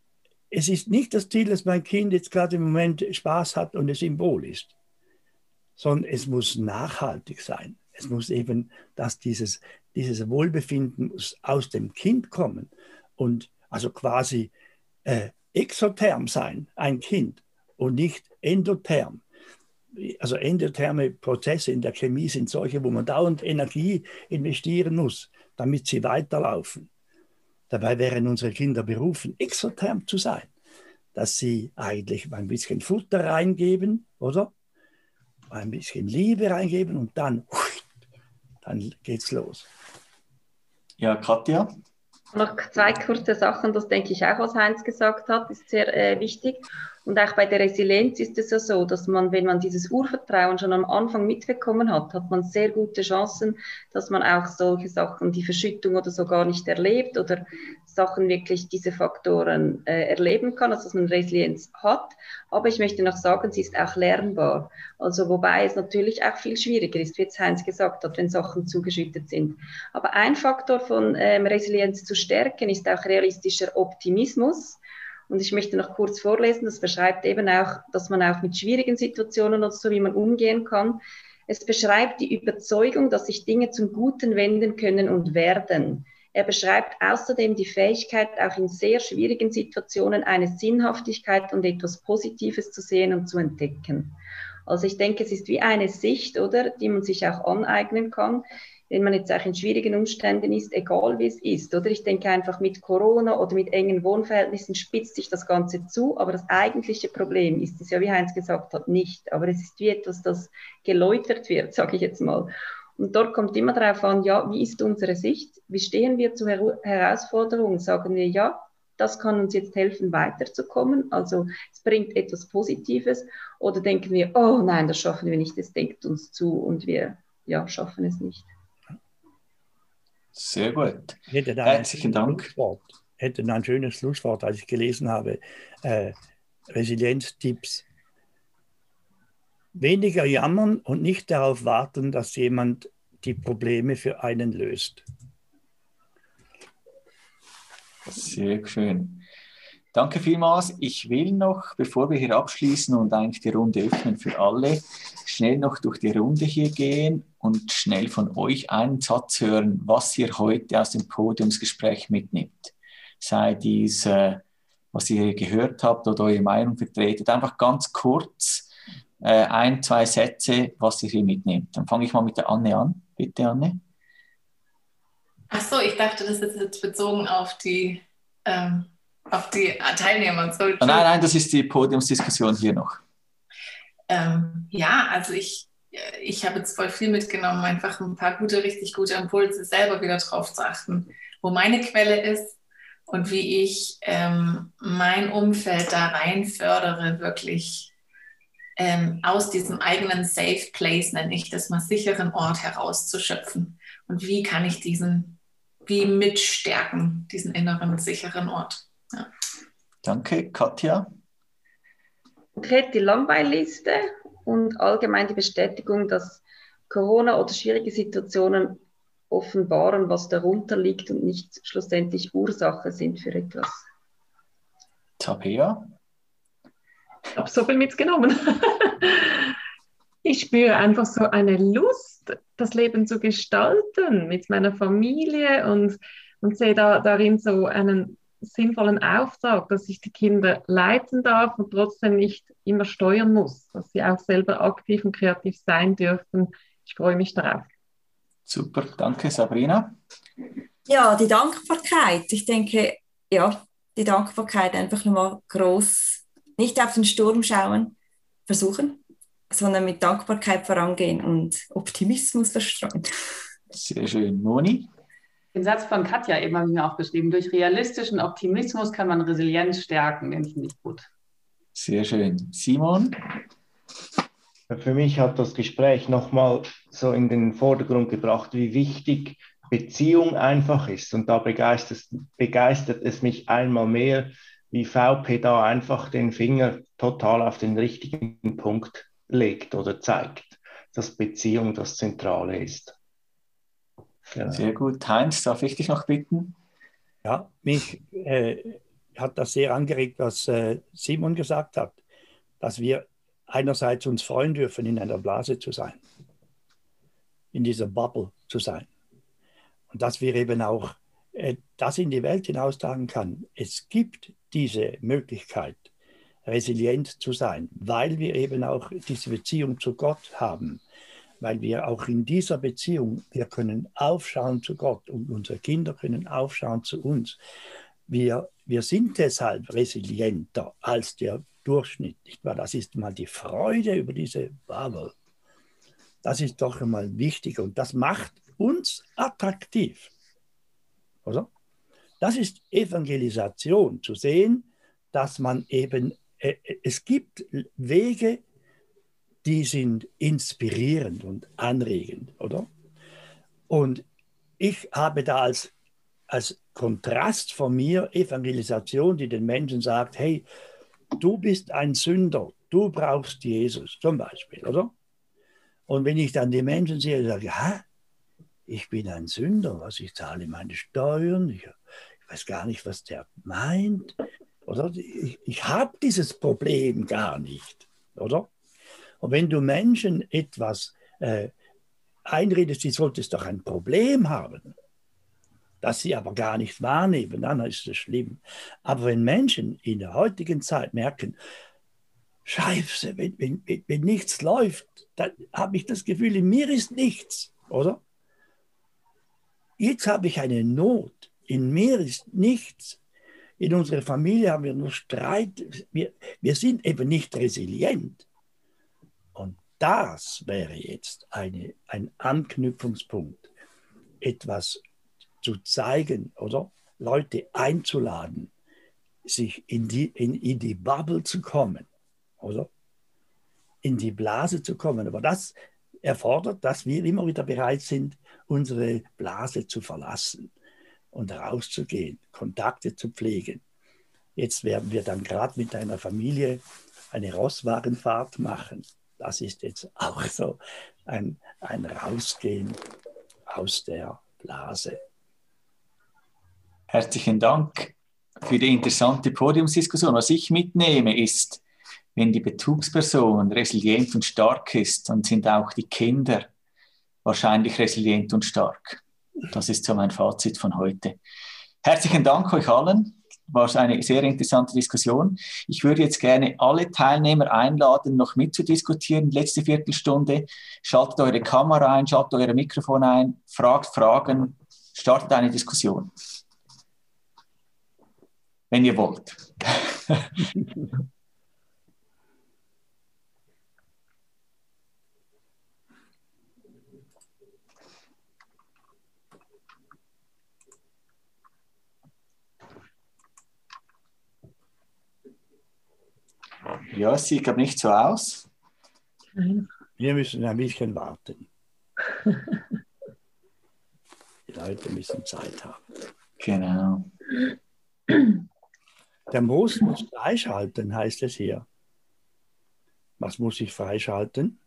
es ist nicht das Ziel, dass mein Kind jetzt gerade im Moment Spaß hat und ein Symbol ist, sondern es muss nachhaltig sein. Es muss eben, dass dieses, dieses Wohlbefinden aus dem Kind kommen und also quasi äh, exotherm sein, ein Kind, und nicht endotherm. Also endotherme Prozesse in der Chemie sind solche, wo man dauernd Energie investieren muss, damit sie weiterlaufen. Dabei wären unsere Kinder berufen, exotherm zu sein, dass sie eigentlich ein bisschen Futter reingeben, oder? Ein bisschen Liebe reingeben und dann... Dann geht's los. Ja, Katja? Noch zwei kurze Sachen, das denke ich auch, was Heinz gesagt hat, ist sehr äh, wichtig. Und auch bei der Resilienz ist es ja so, dass man, wenn man dieses Urvertrauen schon am Anfang mitbekommen hat, hat man sehr gute Chancen, dass man auch solche Sachen, die Verschüttung oder so gar nicht erlebt oder Sachen wirklich diese Faktoren äh, erleben kann, also dass man Resilienz hat. Aber ich möchte noch sagen, sie ist auch lernbar. Also wobei es natürlich auch viel schwieriger ist, wie jetzt Heinz gesagt hat, wenn Sachen zugeschüttet sind. Aber ein Faktor von ähm, Resilienz zu stärken ist auch realistischer Optimismus. Und ich möchte noch kurz vorlesen, das beschreibt eben auch, dass man auch mit schwierigen Situationen oder so, wie man umgehen kann. Es beschreibt die Überzeugung, dass sich Dinge zum Guten wenden können und werden. Er beschreibt außerdem die Fähigkeit, auch in sehr schwierigen Situationen eine Sinnhaftigkeit und etwas Positives zu sehen und zu entdecken. Also ich denke, es ist wie eine Sicht, oder, die man sich auch aneignen kann, wenn man jetzt auch in schwierigen Umständen ist, egal wie es ist. Oder ich denke einfach mit Corona oder mit engen Wohnverhältnissen spitzt sich das Ganze zu, aber das eigentliche Problem ist es ja, wie Heinz gesagt hat, nicht. Aber es ist wie etwas, das geläutert wird, sage ich jetzt mal. Und dort kommt immer darauf an, ja, wie ist unsere Sicht? Wie stehen wir zu Her- Herausforderungen? Sagen wir, ja, das kann uns jetzt helfen, weiterzukommen. Also es bringt etwas Positives. Oder denken wir, oh nein, das schaffen wir nicht, das denkt uns zu und wir ja, schaffen es nicht. Sehr gut. Hätte dann Herzlichen Dank. Schlusswort, hätte dann ein schönes Schlusswort, als ich gelesen habe, äh, Resilienztipps. Weniger jammern und nicht darauf warten, dass jemand die Probleme für einen löst. Sehr schön. Danke vielmals. Ich will noch, bevor wir hier abschließen und eigentlich die Runde öffnen für alle, schnell noch durch die Runde hier gehen und schnell von euch einen Satz hören, was ihr heute aus dem Podiumsgespräch mitnimmt. Sei dies, äh, was ihr gehört habt oder eure Meinung vertretet. Einfach ganz kurz, äh, ein, zwei Sätze, was ihr hier mitnehmt. Dann fange ich mal mit der Anne an. Bitte, Anne. Ach so, ich dachte, das ist jetzt bezogen auf die, ähm, auf die Teilnehmer. So, nein, nein, das ist die Podiumsdiskussion hier noch. Ähm, ja, also ich, ich habe jetzt voll viel mitgenommen, einfach ein paar gute, richtig gute Impulse, selber wieder drauf zu achten, wo meine Quelle ist und wie ich ähm, mein Umfeld da rein fördere, wirklich ähm, aus diesem eigenen Safe Place, nenne ich das mal, sicheren Ort herauszuschöpfen. Und wie kann ich diesen, wie mitstärken, diesen inneren, sicheren Ort. Ja. Danke, Katja. Konkret die Langweilliste und allgemein die Bestätigung, dass Corona oder schwierige Situationen offenbaren, was darunter liegt und nicht schlussendlich Ursache sind für etwas. Tabea? Ich habe so viel mitgenommen. Ich spüre einfach so eine Lust, das Leben zu gestalten mit meiner Familie und, und sehe da, darin so einen sinnvollen Auftrag, dass ich die Kinder leiten darf und trotzdem nicht immer steuern muss, dass sie auch selber aktiv und kreativ sein dürfen. Ich freue mich darauf. Super, danke. Sabrina? Ja, die Dankbarkeit. Ich denke, ja, die Dankbarkeit einfach nochmal groß, nicht auf den Sturm schauen, versuchen, sondern mit Dankbarkeit vorangehen und Optimismus verstreuen. Sehr schön. Moni? Den Satz von Katja eben habe ich mir aufgeschrieben. Durch realistischen Optimismus kann man Resilienz stärken. Den finde ich gut. Sehr schön. Simon? Für mich hat das Gespräch nochmal so in den Vordergrund gebracht, wie wichtig Beziehung einfach ist. Und da begeistert, begeistert es mich einmal mehr, wie V P da einfach den Finger total auf den richtigen Punkt legt oder zeigt, dass Beziehung das Zentrale ist. Ja. Sehr gut. Heinz, darf ich dich noch bitten? Ja, mich äh, hat das sehr angeregt, was äh, Simon gesagt hat, dass wir einerseits uns freuen dürfen, in einer Blase zu sein, in dieser Bubble zu sein. Und dass wir eben auch äh, das in die Welt hinaustragen kann. Es gibt diese Möglichkeit, resilient zu sein, weil wir eben auch diese Beziehung zu Gott haben. Weil wir auch in dieser Beziehung, wir können aufschauen zu Gott und unsere Kinder können aufschauen zu uns. Wir, wir sind deshalb resilienter als der Durchschnitt. Nicht wahr? Das ist mal die Freude über diese Bubble. Das ist doch einmal wichtig und das macht uns attraktiv. Oder? Das ist Evangelisation, zu sehen, dass man eben, äh, es gibt Wege, die sind inspirierend und anregend, oder? Und ich habe da als, als Kontrast von mir Evangelisation, die den Menschen sagt, hey, du bist ein Sünder, du brauchst Jesus, zum Beispiel, oder? Und wenn ich dann die Menschen sehe, sage ich, ja, ich bin ein Sünder, was ich zahle meine Steuern, ich, ich weiß gar nicht, was der meint, oder? Ich, ich habe dieses Problem gar nicht, oder? Und wenn du Menschen etwas äh, einredest, sie solltest doch ein Problem haben, das sie aber gar nicht wahrnehmen, dann ist es schlimm. Aber wenn Menschen in der heutigen Zeit merken, Scheiße, wenn, wenn, wenn nichts läuft, dann habe ich das Gefühl, in mir ist nichts, oder? Jetzt habe ich eine Not, in mir ist nichts. In unserer Familie haben wir nur Streit, wir, wir sind eben nicht resilient. Und das wäre jetzt eine, ein Anknüpfungspunkt, etwas zu zeigen oder Leute einzuladen, sich in die, in, in die Bubble zu kommen, oder? in die Blase zu kommen. Aber das erfordert, dass wir immer wieder bereit sind, unsere Blase zu verlassen und rauszugehen, Kontakte zu pflegen. Jetzt werden wir dann gerade mit einer Familie eine Rosswagenfahrt machen. Das ist jetzt auch so ein, ein Rausgehen aus der Blase. Herzlichen Dank für die interessante Podiumsdiskussion. Was ich mitnehme ist, wenn die Bezugsperson resilient und stark ist, dann sind auch die Kinder wahrscheinlich resilient und stark. Das ist so mein Fazit von heute. Herzlichen Dank euch allen. War eine sehr interessante Diskussion. Ich würde jetzt gerne alle Teilnehmer einladen, noch mitzudiskutieren. Letzte Viertelstunde. Schaltet eure Kamera ein, schaltet euer Mikrofon ein, fragt Fragen, startet eine Diskussion. Wenn ihr wollt. Ja, es sieht aber nicht so aus. Wir müssen ein bisschen warten. Die Leute müssen Zeit haben. Genau. Der Most muss freischalten, heißt es hier. Was muss ich freischalten?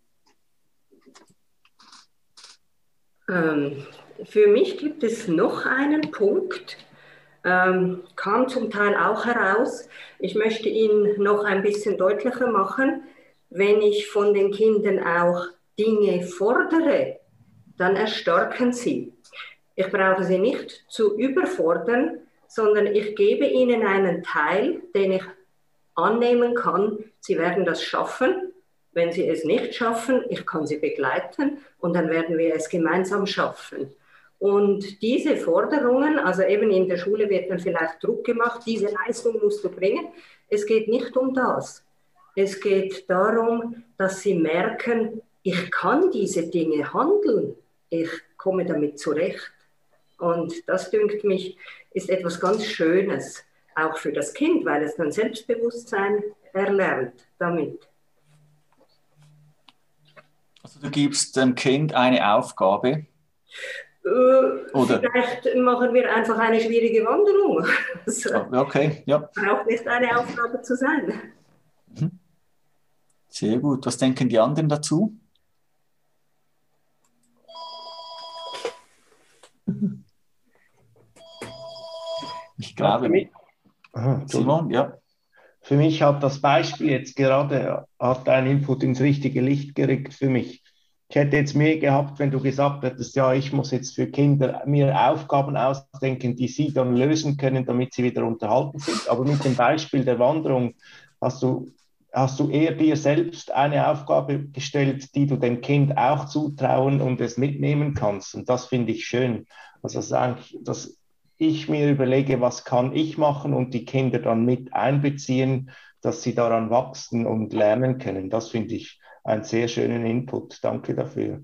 Ähm, für mich gibt es noch einen Punkt, ähm, kam zum Teil auch heraus. Ich möchte ihn noch ein bisschen deutlicher machen. Wenn ich von den Kindern auch Dinge fordere, dann erstarken sie. Ich brauche sie nicht zu überfordern, sondern ich gebe ihnen einen Teil, den ich annehmen kann. Sie werden das schaffen. Wenn sie es nicht schaffen, ich kann sie begleiten und dann werden wir es gemeinsam schaffen. Und diese Forderungen, also eben in der Schule wird dann vielleicht Druck gemacht, diese Leistung musst du bringen. Es geht nicht um das. Es geht darum, dass sie merken, ich kann diese Dinge handeln. Ich komme damit zurecht. Und das, dünkt mich, ist etwas ganz Schönes, auch für das Kind, weil es dann Selbstbewusstsein erlernt damit. Also du gibst dem Kind eine Aufgabe? Äh, Oder? Vielleicht machen wir einfach eine schwierige Wanderung. Also, okay, ja. Braucht nicht eine Aufgabe zu sein. Sehr gut. Was denken die anderen dazu? Ich glaube, mich, aha, Simon, ja. Für mich hat das Beispiel jetzt gerade, hat ein Input ins richtige Licht gerückt für mich. Ich hätte jetzt mehr gehabt, wenn du gesagt hättest, ja, ich muss jetzt für Kinder mir Aufgaben ausdenken, die sie dann lösen können, damit sie wieder unterhalten sind. Aber mit dem Beispiel der Wanderung hast du, hast du eher dir selbst eine Aufgabe gestellt, die du dem Kind auch zutrauen und es mitnehmen kannst. Und das finde ich schön. Also das ist eigentlich, dass ich mir überlege, was kann ich machen und die Kinder dann mit einbeziehen, dass sie daran wachsen und lernen können. Das finde ich einen sehr schönen Input. Danke dafür.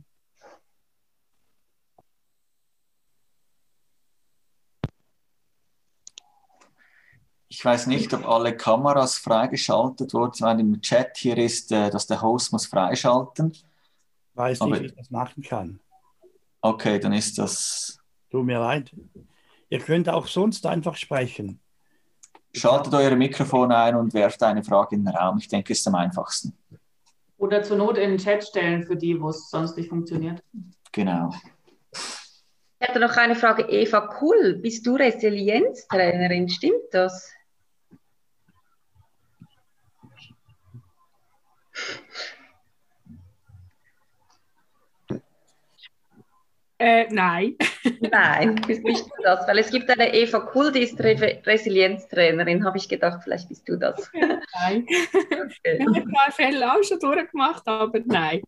Ich weiß nicht, ob alle Kameras freigeschaltet wurden, weil im Chat hier ist, dass der Host muss freischalten. Ich weiß nicht, wie ich das machen kann. Okay, dann ist das... Tut mir leid. Ihr könnt auch sonst einfach sprechen. Schaltet euer Mikrofon ein und werft eine Frage in den Raum. Ich denke, es ist am einfachsten. Oder zur Not in den Chat stellen für die, wo es sonst nicht funktioniert. Genau. Ich hatte noch eine Frage. Eva Kuhl, bist du Resilienztrainerin? Stimmt das? Äh, nein. Nein, bist nicht du das. Weil es gibt eine Eva Kuhl, die ist Re Resilienztrainerin. Habe ich gedacht, vielleicht bist du das. Nein. Okay. Ich habe ein paar Fälle auch schon durchgemacht, aber nein.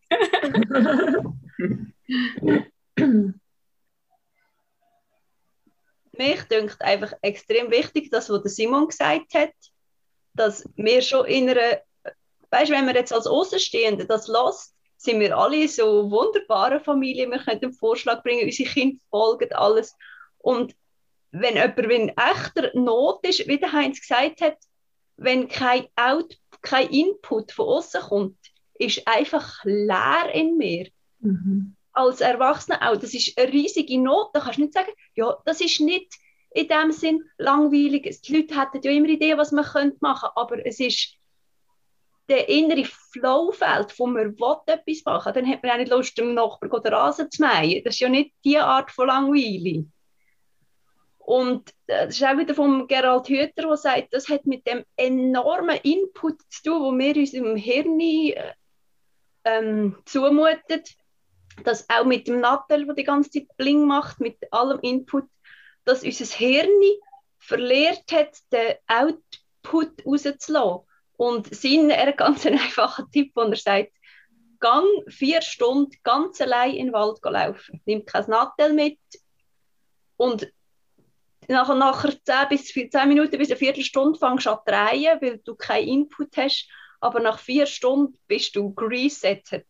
Mich dünkt einfach extrem wichtig, das, was der Simon gesagt hat, dass wir schon in einer, weißt du, wenn wir jetzt als Außenstehende das lässt, sind wir alle so wunderbare Familie, wir können einen Vorschlag bringen, unsere Kinder folgen alles. Und wenn jemand in echter Not ist, wie der Heinz gesagt hat, wenn kein, Out, kein Input von außen kommt, ist einfach leer in mir. Mhm. Als Erwachsener auch. Das ist eine riesige Not. Da kannst du nicht sagen, ja, das ist nicht in dem Sinn langweilig. Die Leute hätten ja immer Ideen, was man machen könnte, aber es ist der innere Flowfeld, wo man etwas machen will. Dann hat man auch nicht Lust, dem Nachbarn den Rasen zu mähen. Das ist ja nicht die Art von Langweile. Und das ist auch wieder von Gerald Hüther, der sagt, das hat mit dem enormen Input zu tun, den wir unserem Hirn ähm, zumuten. Das auch mit dem Nattel, der die ganze Zeit Bling macht, mit allem Input, dass unser Hirn verlehrt hat, den Output rauszulassen. Und sein er ganz ein einfacher Tipp, wo er sagt, gang vier Stunden ganz allein in den Wald laufen. Nimm kein Nattel mit und nachher, nachher zehn bis zehn Minuten bis eine Viertelstunde fängst du an zu drehen, weil du keinen Input hast, aber nach vier Stunden bist du geresettet.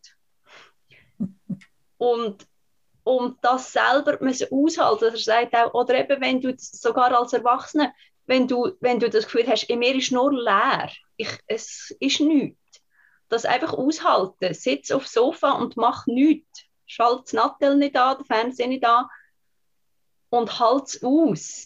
Und um das selber müssen aushalten, er sagt auch, oder eben wenn du sogar als Erwachsener, wenn du, wenn du das Gefühl hast, in mir ist nur leer, ich, es ist nichts. Das einfach aushalten, sitz aufs Sofa und mach nichts. Schalt das Nattel nicht an, den Fernseher nicht an und halt es aus.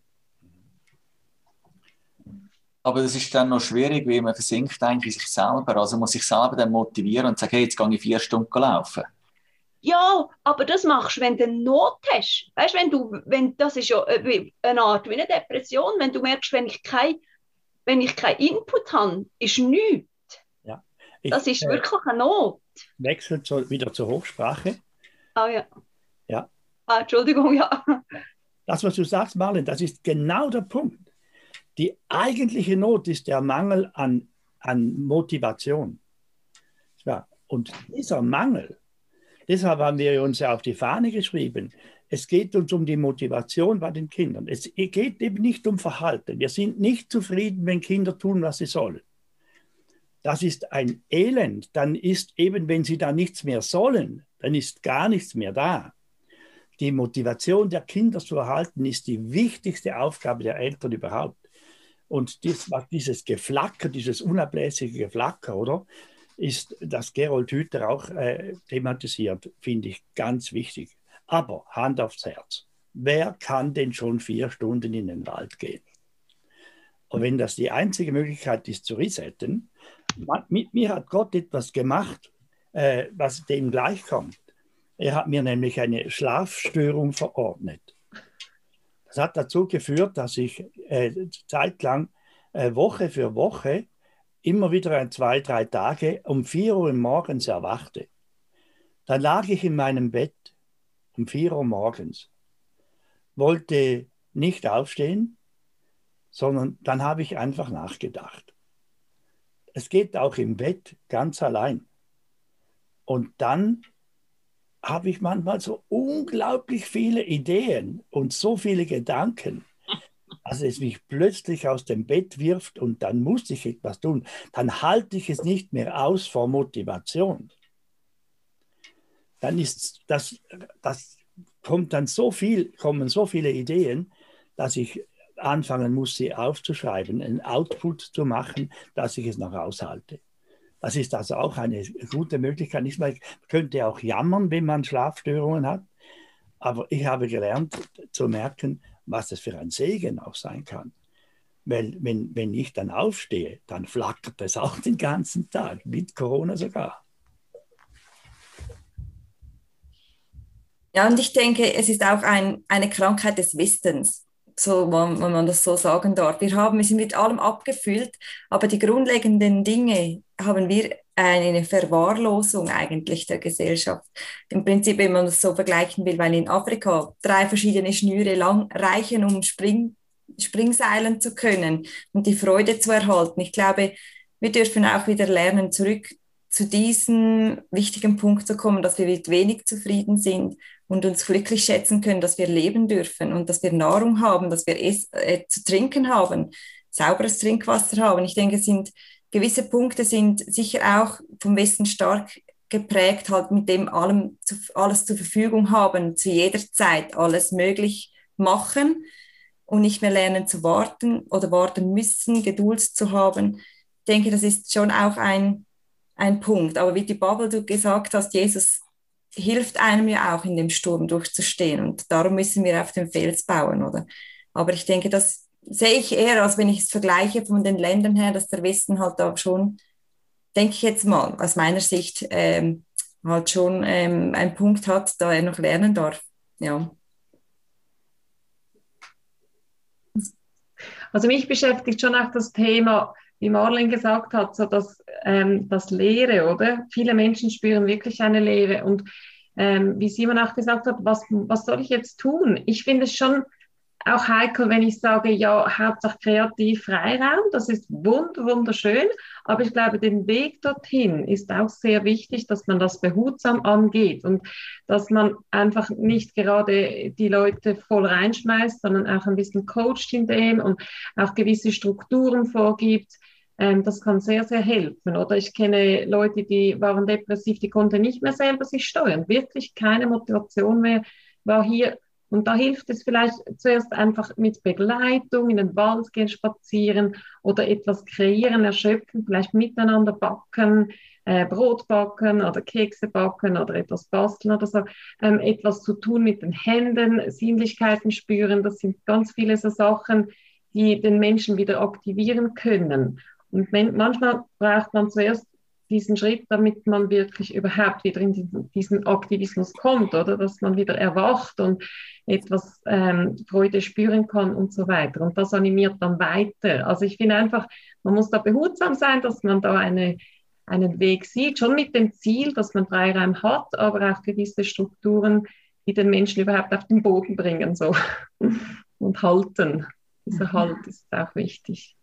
Aber das ist dann noch schwierig, weil man versinkt eigentlich in sich selber. Also muss sich selber dann motivieren und sagen, hey, jetzt gehe ich vier Stunden laufen. Ja, aber das machst du, wenn du eine Not hast. Weißt, wenn du, wenn, das ist ja eine Art wie eine Depression, wenn du merkst, wenn ich keinen wenn ich kein Input habe, ist nichts. Ja. Ich, das ist äh, wirklich eine Not. Wechsel zu, wieder zur Hochsprache. Ah ja. Ja. Ah, Entschuldigung, ja. Das, was du sagst, Marlen, das ist genau der Punkt. Die eigentliche Not ist der Mangel an, an Motivation. Ja, und dieser Mangel, deshalb haben wir uns ja auf die Fahne geschrieben, es geht uns um die Motivation bei den Kindern. Es geht eben nicht um Verhalten. Wir sind nicht zufrieden, wenn Kinder tun, was sie sollen. Das ist ein Elend. Dann ist eben, wenn sie da nichts mehr sollen, dann ist gar nichts mehr da. Die Motivation der Kinder zu erhalten, ist die wichtigste Aufgabe der Eltern überhaupt. Und dies, dieses Geflacker, dieses unablässige Geflacker, oder, ist, das Gerold Hüther auch äh, thematisiert, finde ich ganz wichtig. Aber Hand aufs Herz, wer kann denn schon vier Stunden in den Wald gehen? Und wenn das die einzige Möglichkeit ist, zu resetten, mit mir hat Gott etwas gemacht, äh, was dem gleichkommt. Er hat mir nämlich eine Schlafstörung verordnet. Das hat dazu geführt, dass ich äh, zeitlang, äh, Woche für Woche, immer wieder ein, zwei, drei Tage um vier Uhr morgens erwachte. Dann lag ich in meinem Bett um vier Uhr morgens, wollte nicht aufstehen, sondern dann habe ich einfach nachgedacht. Es geht auch im Bett ganz allein. Und dann habe ich manchmal so unglaublich viele Ideen und so viele Gedanken, dass es mich plötzlich aus dem Bett wirft und dann muss ich etwas tun. Dann halte ich es nicht mehr aus vor Motivation. Dann ist das, das kommt dann so viel, kommen so viele Ideen, dass ich anfangen muss, sie aufzuschreiben, einen Output zu machen, dass ich es noch aushalte. Das ist also auch eine gute Möglichkeit. Man könnte auch jammern, wenn man Schlafstörungen hat, aber ich habe gelernt zu merken, was es für ein Segen auch sein kann. Weil wenn, wenn ich dann aufstehe, dann flackert es auch den ganzen Tag, mit Corona sogar. Ja, und ich denke, es ist auch ein, eine Krankheit des Wissens, so, wenn man das so sagen darf. Wir haben, wir sind mit allem abgefüllt, aber die grundlegenden Dinge haben wir eine Verwahrlosung eigentlich der Gesellschaft. Im Prinzip, wenn man das so vergleichen will, weil in Afrika drei verschiedene Schnüre lang reichen, um Spring, Springseilen zu können und die Freude zu erhalten. Ich glaube, wir dürfen auch wieder lernen, zurück zu diesem wichtigen Punkt zu kommen, dass wir mit wenig zufrieden sind und uns glücklich schätzen können, dass wir leben dürfen und dass wir Nahrung haben, dass wir es, äh, zu trinken haben, sauberes Trinkwasser haben. Ich denke, es sind gewisse Punkte sind sicher auch vom Westen stark geprägt, halt mit dem allem zu, alles zur Verfügung haben, zu jeder Zeit alles möglich machen und nicht mehr lernen zu warten oder warten müssen, Geduld zu haben. Ich denke, das ist schon auch ein ein Punkt. Aber wie die Babel du gesagt hast, Jesus hilft einem ja auch in dem Sturm durchzustehen und darum müssen wir auf dem Fels bauen, oder? Aber ich denke, das sehe ich eher, als wenn ich es vergleiche von den Ländern her, dass der Westen halt da schon, denke ich jetzt mal, aus meiner Sicht ähm, halt schon ähm, einen Punkt hat, da er noch lernen darf. Ja. Also mich beschäftigt schon auch das Thema, wie Marlene gesagt hat, so das, ähm, das Leere, oder? Viele Menschen spüren wirklich eine Leere. Und ähm, wie Simon auch gesagt hat, was, was soll ich jetzt tun? Ich finde es schon auch heikel, wenn ich sage, ja, Hauptsache kreativ Freiraum, das ist wund, wunderschön, aber ich glaube, den Weg dorthin ist auch sehr wichtig, dass man das behutsam angeht und dass man einfach nicht gerade die Leute voll reinschmeißt, sondern auch ein bisschen coacht in dem und auch gewisse Strukturen vorgibt. Ähm, das kann sehr, sehr helfen. Oder ich kenne Leute, die waren depressiv, die konnten nicht mehr selber sich steuern, wirklich keine Motivation mehr war hier. Und da hilft es vielleicht zuerst einfach mit Begleitung, in den Wald gehen, spazieren oder etwas kreieren, erschöpfen, vielleicht miteinander backen, äh, Brot backen oder Kekse backen oder etwas basteln oder so. Ähm, etwas zu tun mit den Händen, Sinnlichkeiten spüren, das sind ganz viele so Sachen, die den Menschen wieder aktivieren können. Und wenn, manchmal braucht man zuerst diesen Schritt, damit man wirklich überhaupt wieder in diesen, diesen Aktivismus kommt, oder dass man wieder erwacht und etwas ähm, Freude spüren kann und so weiter. Und das animiert dann weiter. Also ich finde einfach, man muss da behutsam sein, dass man da eine, einen Weg sieht, schon mit dem Ziel, dass man Freiraum hat, aber auch gewisse Strukturen, die den Menschen überhaupt auf den Boden bringen so und halten. Dieser Halt ist auch wichtig.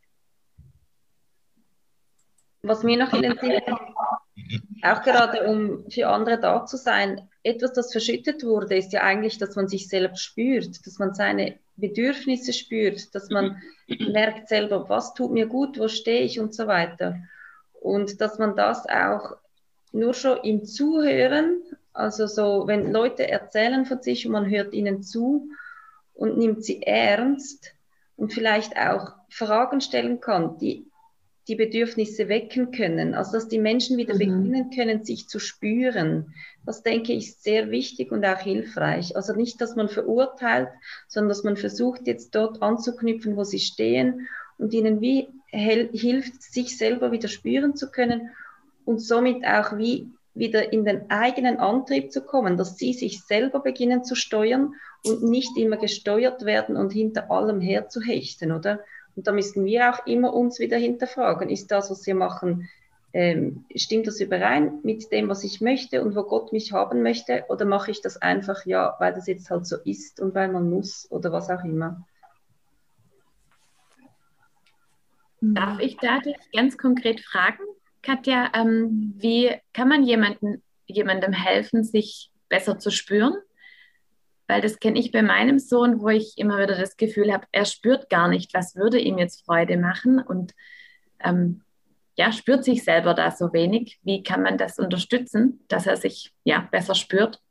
Was mir noch in den Sinn kommt, auch gerade um für andere da zu sein, etwas, das verschüttet wurde, ist ja eigentlich, dass man sich selbst spürt, dass man seine Bedürfnisse spürt, dass man merkt selber, was tut mir gut, wo stehe ich und so weiter. Und dass man das auch nur schon im Zuhören, also so, wenn Leute erzählen von sich und man hört ihnen zu und nimmt sie ernst und vielleicht auch Fragen stellen kann, die die Bedürfnisse wecken können, also dass die Menschen wieder mhm. beginnen können, sich zu spüren. Das, denke ich, ist sehr wichtig und auch hilfreich. Also nicht, dass man verurteilt, sondern dass man versucht, jetzt dort anzuknüpfen, wo sie stehen und ihnen wie hilft, sich selber wieder spüren zu können und somit auch wie wieder in den eigenen Antrieb zu kommen, dass sie sich selber beginnen zu steuern und nicht immer gesteuert werden und hinter allem herzuhechten, oder? Und da müssen wir auch immer uns wieder hinterfragen, ist das, was wir machen, ähm, stimmt das überein mit dem, was ich möchte und wo Gott mich haben möchte, oder mache ich das einfach, ja, weil das jetzt halt so ist und weil man muss oder was auch immer. Darf ich da dich ganz konkret fragen, Katja, ähm, wie kann man jemanden, jemandem helfen, sich besser zu spüren? Weil das kenne ich bei meinem Sohn, wo ich immer wieder das Gefühl habe, er spürt gar nicht, was würde ihm jetzt Freude machen und ähm, ja, spürt sich selber da so wenig. Wie kann man das unterstützen, dass er sich ja, besser spürt?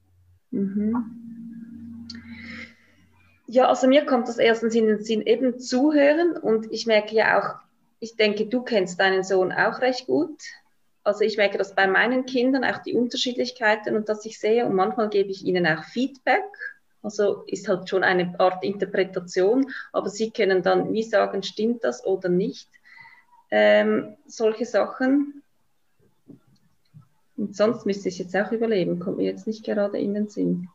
Mhm. Ja, also mir kommt das erstens in den Sinn, eben zuhören und ich merke ja auch, ich denke, du kennst deinen Sohn auch recht gut. Also ich merke das bei meinen Kindern, auch die Unterschiedlichkeiten und dass ich sehe und manchmal gebe ich ihnen auch Feedback, also ist halt schon eine Art Interpretation, aber sie können dann wie sagen, stimmt das oder nicht, ähm, solche Sachen. Und sonst müsste ich jetzt auch überleben, kommt mir jetzt nicht gerade in den Sinn.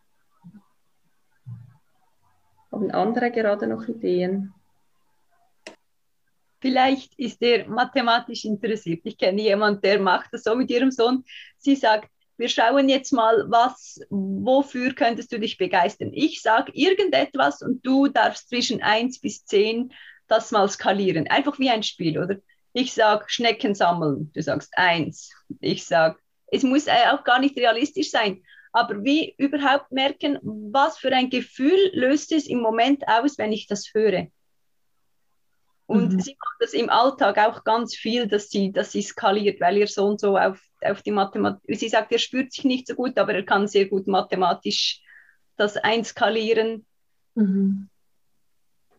Haben andere gerade noch Ideen? Vielleicht ist er mathematisch interessiert. Ich kenne jemanden, der macht das so mit ihrem Sohn. Sie sagt, wir schauen jetzt mal, was, wofür könntest du dich begeistern. Ich sage irgendetwas und du darfst zwischen eins bis zehn das mal skalieren. Einfach wie ein Spiel, oder? Ich sage Schnecken sammeln. Du sagst eins. Ich sage, es muss auch gar nicht realistisch sein. Aber wie überhaupt merken, was für ein Gefühl löst es im Moment aus, wenn ich das höre? Und mhm. sie macht das im Alltag auch ganz viel, dass sie, dass sie skaliert, weil ihr Sohn so auf, auf die Mathematik, sie sagt, er spürt sich nicht so gut, aber er kann sehr gut mathematisch das einskalieren. Mhm.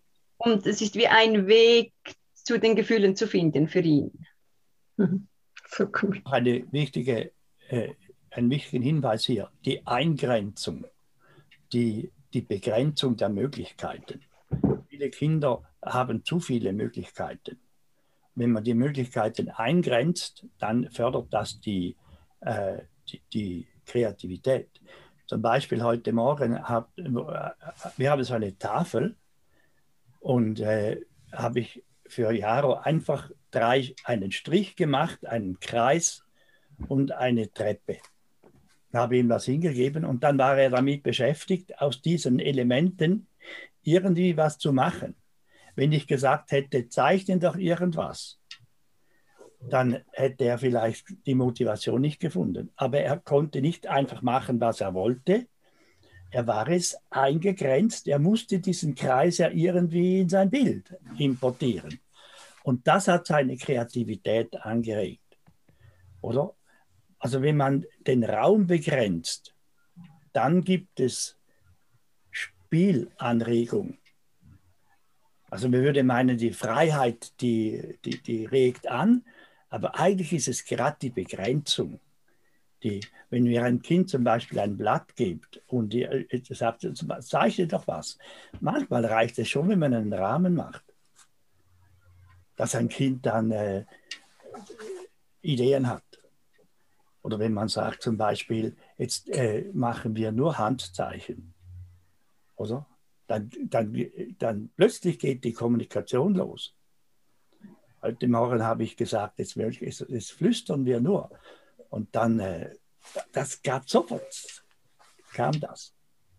Und es ist wie ein Weg, zu den Gefühlen zu finden für ihn. Mhm. So cool. Eine wichtige, äh, einen wichtigen Hinweis hier, die Eingrenzung, die, die Begrenzung der Möglichkeiten. Viele Kinder haben zu viele Möglichkeiten. Wenn man die Möglichkeiten eingrenzt, dann fördert das die, äh, die, die Kreativität. Zum Beispiel heute Morgen, hab, wir haben so eine Tafel und äh, habe ich für Jaro einfach drei, einen Strich gemacht, einen Kreis und eine Treppe. Habe ihm das hingegeben und dann war er damit beschäftigt, aus diesen Elementen irgendwie was zu machen. Wenn ich gesagt hätte, zeichne doch irgendwas, dann hätte er vielleicht die Motivation nicht gefunden. Aber er konnte nicht einfach machen, was er wollte. Er war es eingegrenzt. Er musste diesen Kreis ja irgendwie in sein Bild importieren. Und das hat seine Kreativität angeregt. Oder? Also wenn man den Raum begrenzt, dann gibt es Spielanregung. Also man würde meinen, die Freiheit, die, die, die regt an, aber eigentlich ist es gerade die Begrenzung. Die, wenn mir ein Kind zum Beispiel ein Blatt gibt und die, sagt, zeichne doch was. Manchmal reicht es schon, wenn man einen Rahmen macht. Dass ein Kind dann äh, Ideen hat. Oder wenn man sagt zum Beispiel, jetzt äh, machen wir nur Handzeichen. Oder? Dann, dann, dann plötzlich geht die Kommunikation los. Heute Morgen habe ich gesagt, jetzt, jetzt, jetzt flüstern wir nur. Und dann, äh, das gab sofort, kam das.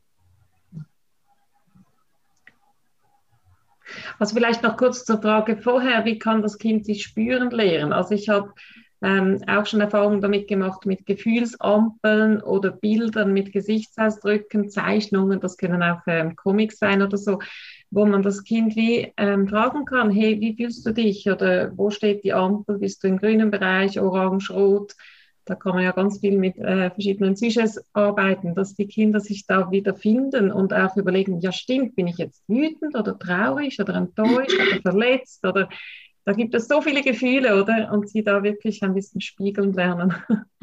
Also vielleicht noch kurz zur Frage vorher, wie kann das Kind sich spüren lernen? Also ich habe ähm, auch schon Erfahrungen damit gemacht mit Gefühlsampeln oder Bildern mit Gesichtsausdrücken, Zeichnungen, das können auch ähm, Comics sein oder so, wo man das Kind wie ähm, fragen kann, hey, wie fühlst du dich? Oder wo steht die Ampel? Bist du im grünen Bereich, orange, rot? Da kann man ja ganz viel mit äh, verschiedenen Psyches arbeiten, dass die Kinder sich da wieder finden und auch überlegen, ja stimmt, bin ich jetzt wütend oder traurig oder enttäuscht oder verletzt? Oder da gibt es so viele Gefühle, oder? Und sie da wirklich ein bisschen spiegeln lernen.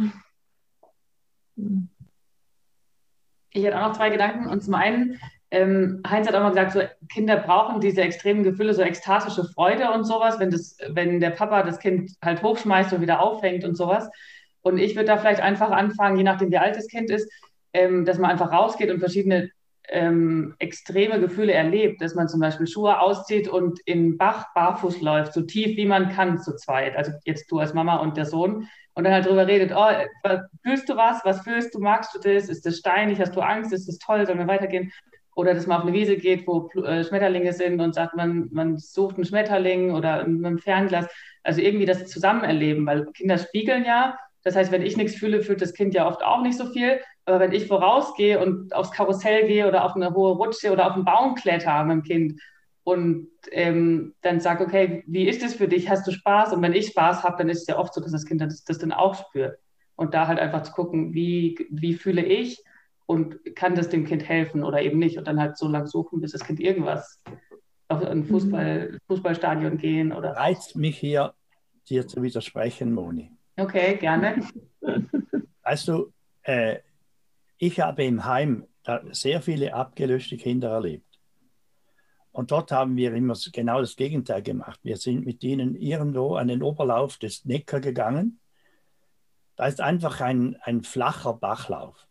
Ich hätte auch noch zwei Gedanken. Und zum einen, ähm, Heinz hat auch mal gesagt, so, Kinder brauchen diese extremen Gefühle, so ekstatische Freude und sowas, wenn, das, wenn der Papa das Kind halt hochschmeißt und wieder auffängt und sowas. Und ich würde da vielleicht einfach anfangen, je nachdem wie alt das Kind ist, ähm, dass man einfach rausgeht und verschiedene ähm, extreme Gefühle erlebt, dass man zum Beispiel Schuhe auszieht und in Bach barfuß läuft, so tief wie man kann zu zweit. Also jetzt du als Mama und der Sohn. Und dann halt drüber redet, oh, fühlst du was? Was fühlst du? Magst du das? Ist das steinig? Hast du Angst? Ist das toll? Sollen wir weitergehen? Oder dass man auf eine Wiese geht, wo äh, Schmetterlinge sind und sagt, man, man sucht einen Schmetterling oder mit einem Fernglas. Also irgendwie das Zusammenerleben, weil Kinder spiegeln ja. Das heißt, wenn ich nichts fühle, fühlt das Kind ja oft auch nicht so viel. Aber wenn ich vorausgehe und aufs Karussell gehe oder auf eine hohe Rutsche oder auf einen Baum kletter mit dem Kind und ähm, dann sage, okay, wie ist das für dich? Hast du Spaß? Und wenn ich Spaß habe, dann ist es ja oft so, dass das Kind das, das dann auch spürt. Und da halt einfach zu gucken, wie, wie fühle ich und kann das dem Kind helfen oder eben nicht. Und dann halt so lange suchen, bis das Kind irgendwas auf ein Fußball, Fußballstadion gehen oder. Reizt mich hier, dir zu widersprechen, Moni. Okay, gerne. Weißt du, äh, ich habe im Heim sehr viele abgelöschte Kinder erlebt. Und dort haben wir immer genau das Gegenteil gemacht. Wir sind mit ihnen irgendwo an den Oberlauf des Neckar gegangen. Da ist einfach ein, ein flacher Bachlauf.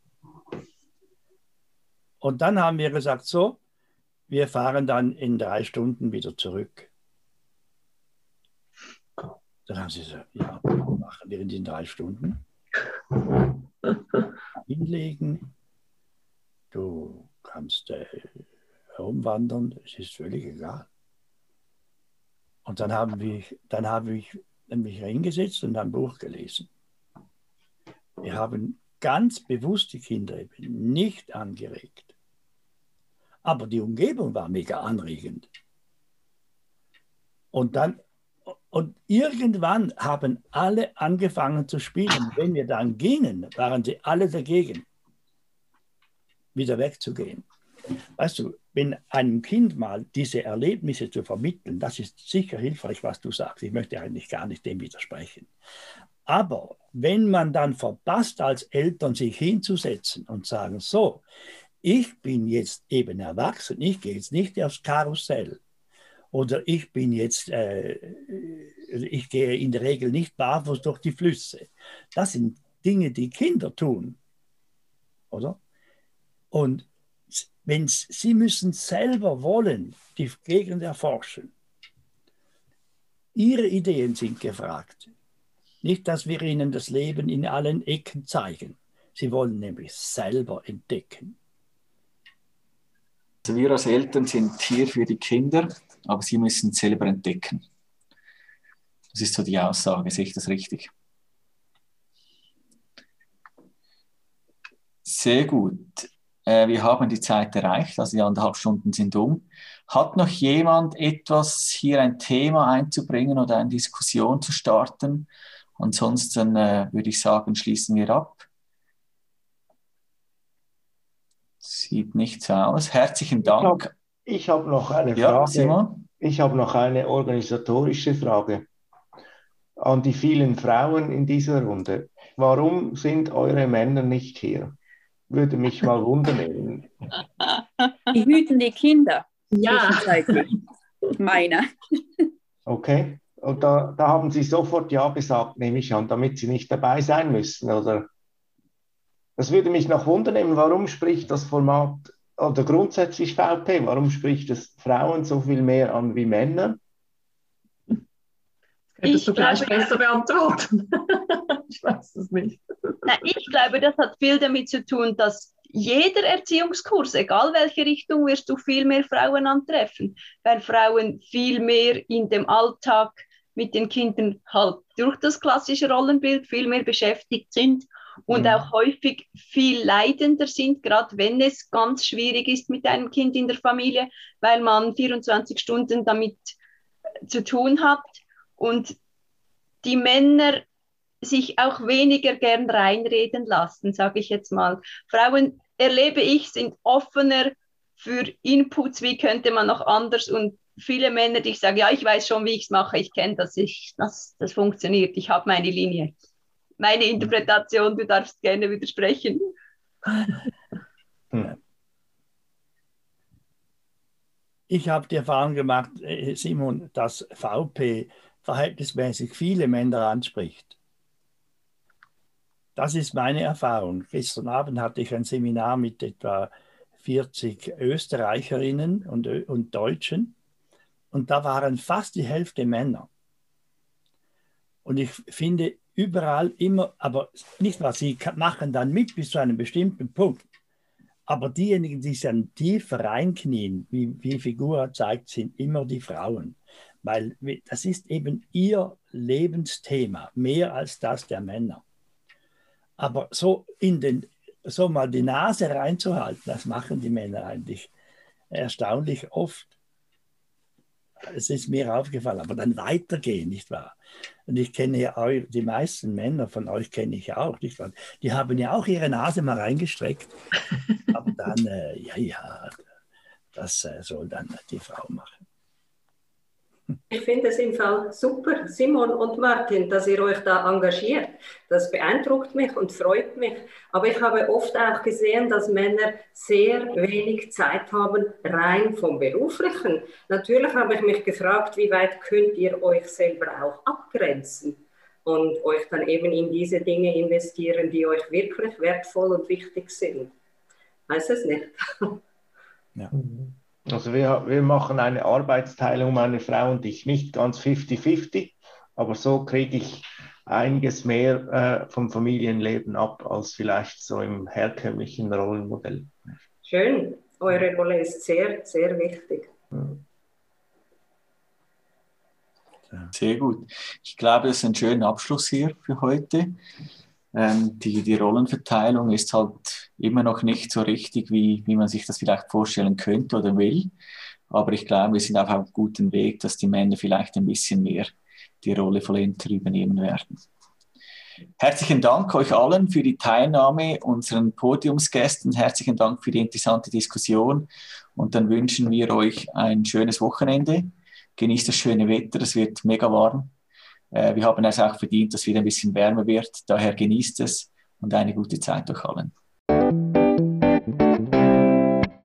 Und dann haben wir gesagt, so, wir fahren dann in drei Stunden wieder zurück. Dann haben sie gesagt, ja, was machen wir in den drei Stunden? Hinlegen, du kannst äh, herumwandern, es ist völlig egal. Und dann haben wir, dann habe ich mich hingesetzt und ein Buch gelesen. Wir haben ganz bewusst die Kinder eben nicht angeregt. Aber die Umgebung war mega anregend. Und dann Und irgendwann haben alle angefangen zu spielen. Wenn wir dann gingen, waren sie alle dagegen, wieder wegzugehen. Weißt du, wenn einem Kind mal diese Erlebnisse zu vermitteln, das ist sicher hilfreich, was du sagst. Ich möchte eigentlich gar nicht dem widersprechen. Aber wenn man dann verpasst, als Eltern sich hinzusetzen und sagen, so, ich bin jetzt eben erwachsen, ich gehe jetzt nicht aufs Karussell oder ich bin jetzt, äh, ich gehe in der Regel nicht barfuß durch die Flüsse. Das sind Dinge, die Kinder tun, oder? Und wenn sie müssen selber wollen, die Gegend erforschen. Ihre Ideen sind gefragt. Nicht, dass wir ihnen das Leben in allen Ecken zeigen. Sie wollen nämlich selber entdecken. Also wir als Eltern sind hier für die Kinder, aber sie müssen selber entdecken. Das ist so die Aussage, sehe ich das richtig? Sehr gut. Äh, wir haben die Zeit erreicht, also die anderthalb Stunden sind um. Hat noch jemand etwas, hier ein Thema einzubringen oder eine Diskussion zu starten? Ansonsten äh, würde ich sagen, schließen wir ab. Sieht nicht so aus. Herzlichen Dank. Ich habe hab noch eine ja, Frage. Simon? Ich habe noch eine organisatorische Frage an die vielen Frauen in dieser Runde. Warum sind eure Männer nicht hier? Würde mich mal wundern. Die hüten die Kinder. Ja. Meine. Okay. Und da, da haben Sie sofort Ja gesagt, nehme ich an, damit Sie nicht dabei sein müssen, oder? Das würde mich noch wundern, warum spricht das Format, oder grundsätzlich V P, warum spricht es Frauen so viel mehr an wie Männer? Könntest du gleich besser beantworten? Ich weiß es nicht. Na, ich glaube, das hat viel damit zu tun, dass jeder Erziehungskurs, egal welche Richtung, wirst du viel mehr Frauen antreffen, weil Frauen viel mehr in dem Alltag mit den Kindern halt durch das klassische Rollenbild viel mehr beschäftigt sind und mhm. auch häufig viel leidender sind, gerade wenn es ganz schwierig ist mit einem Kind in der Familie, weil man vierundzwanzig Stunden damit zu tun hat und die Männer sich auch weniger gern reinreden lassen, sage ich jetzt mal. Frauen, erlebe ich, sind offener für Inputs, wie könnte man noch anders, und viele Männer, die sagen, ja, ich weiß schon, wie ich es mache, ich kenne das, ich, das, das funktioniert, ich habe meine Linie. Meine Interpretation, du darfst gerne widersprechen. Ich habe die Erfahrung gemacht, Simon, dass V P verhältnismäßig viele Männer anspricht. Das ist meine Erfahrung. Gestern Abend hatte ich ein Seminar mit etwa vierzig Österreicherinnen und, und Deutschen und da waren fast die Hälfte Männer. Und ich finde überall immer, aber nicht wahr, sie machen dann mit bis zu einem bestimmten Punkt. Aber diejenigen, die sich dann tiefer reinknien, wie, wie Figur zeigt, sind immer die Frauen. Weil das ist eben ihr Lebensthema, mehr als das der Männer. Aber so, in den, so mal die Nase reinzuhalten, das machen die Männer eigentlich erstaunlich oft. Es ist mir aufgefallen, aber dann weitergehen, nicht wahr? Und ich kenne ja auch, die meisten Männer von euch kenne ich auch, nicht wahr? Die haben ja auch ihre Nase mal reingestreckt. Aber dann, äh, ja, ja, das äh, soll dann die Frau machen. Ich finde es im Fall super, Simon und Martin, dass ihr euch da engagiert. Das beeindruckt mich und freut mich. Aber ich habe oft auch gesehen, dass Männer sehr wenig Zeit haben, rein vom Beruflichen. Natürlich habe ich mich gefragt, wie weit könnt ihr euch selber auch abgrenzen und euch dann eben in diese Dinge investieren, die euch wirklich wertvoll und wichtig sind. Weiß es nicht. Ja. Also wir, wir machen eine Arbeitsteilung, meine Frau und ich, nicht ganz fifty fifty, aber so kriege ich einiges mehr äh, vom Familienleben ab, als vielleicht so im herkömmlichen Rollenmodell. Schön, eure Rolle ist sehr, sehr wichtig. Sehr gut. Ich glaube, das ist ein schöner Abschluss hier für heute. Ähm, die, die Rollenverteilung ist halt immer noch nicht so richtig, wie, wie man sich das vielleicht vorstellen könnte oder will. Aber ich glaube, wir sind auf einem guten Weg, dass die Männer vielleicht ein bisschen mehr die Rolle vollends übernehmen werden. Herzlichen Dank euch allen für die Teilnahme, unseren Podiumsgästen. Herzlichen Dank für die interessante Diskussion. Und dann wünschen wir euch ein schönes Wochenende. Genießt das schöne Wetter, es wird mega warm. Äh, wir haben es auch verdient, dass wieder ein bisschen wärmer wird. Daher genießt es und eine gute Zeit euch allen.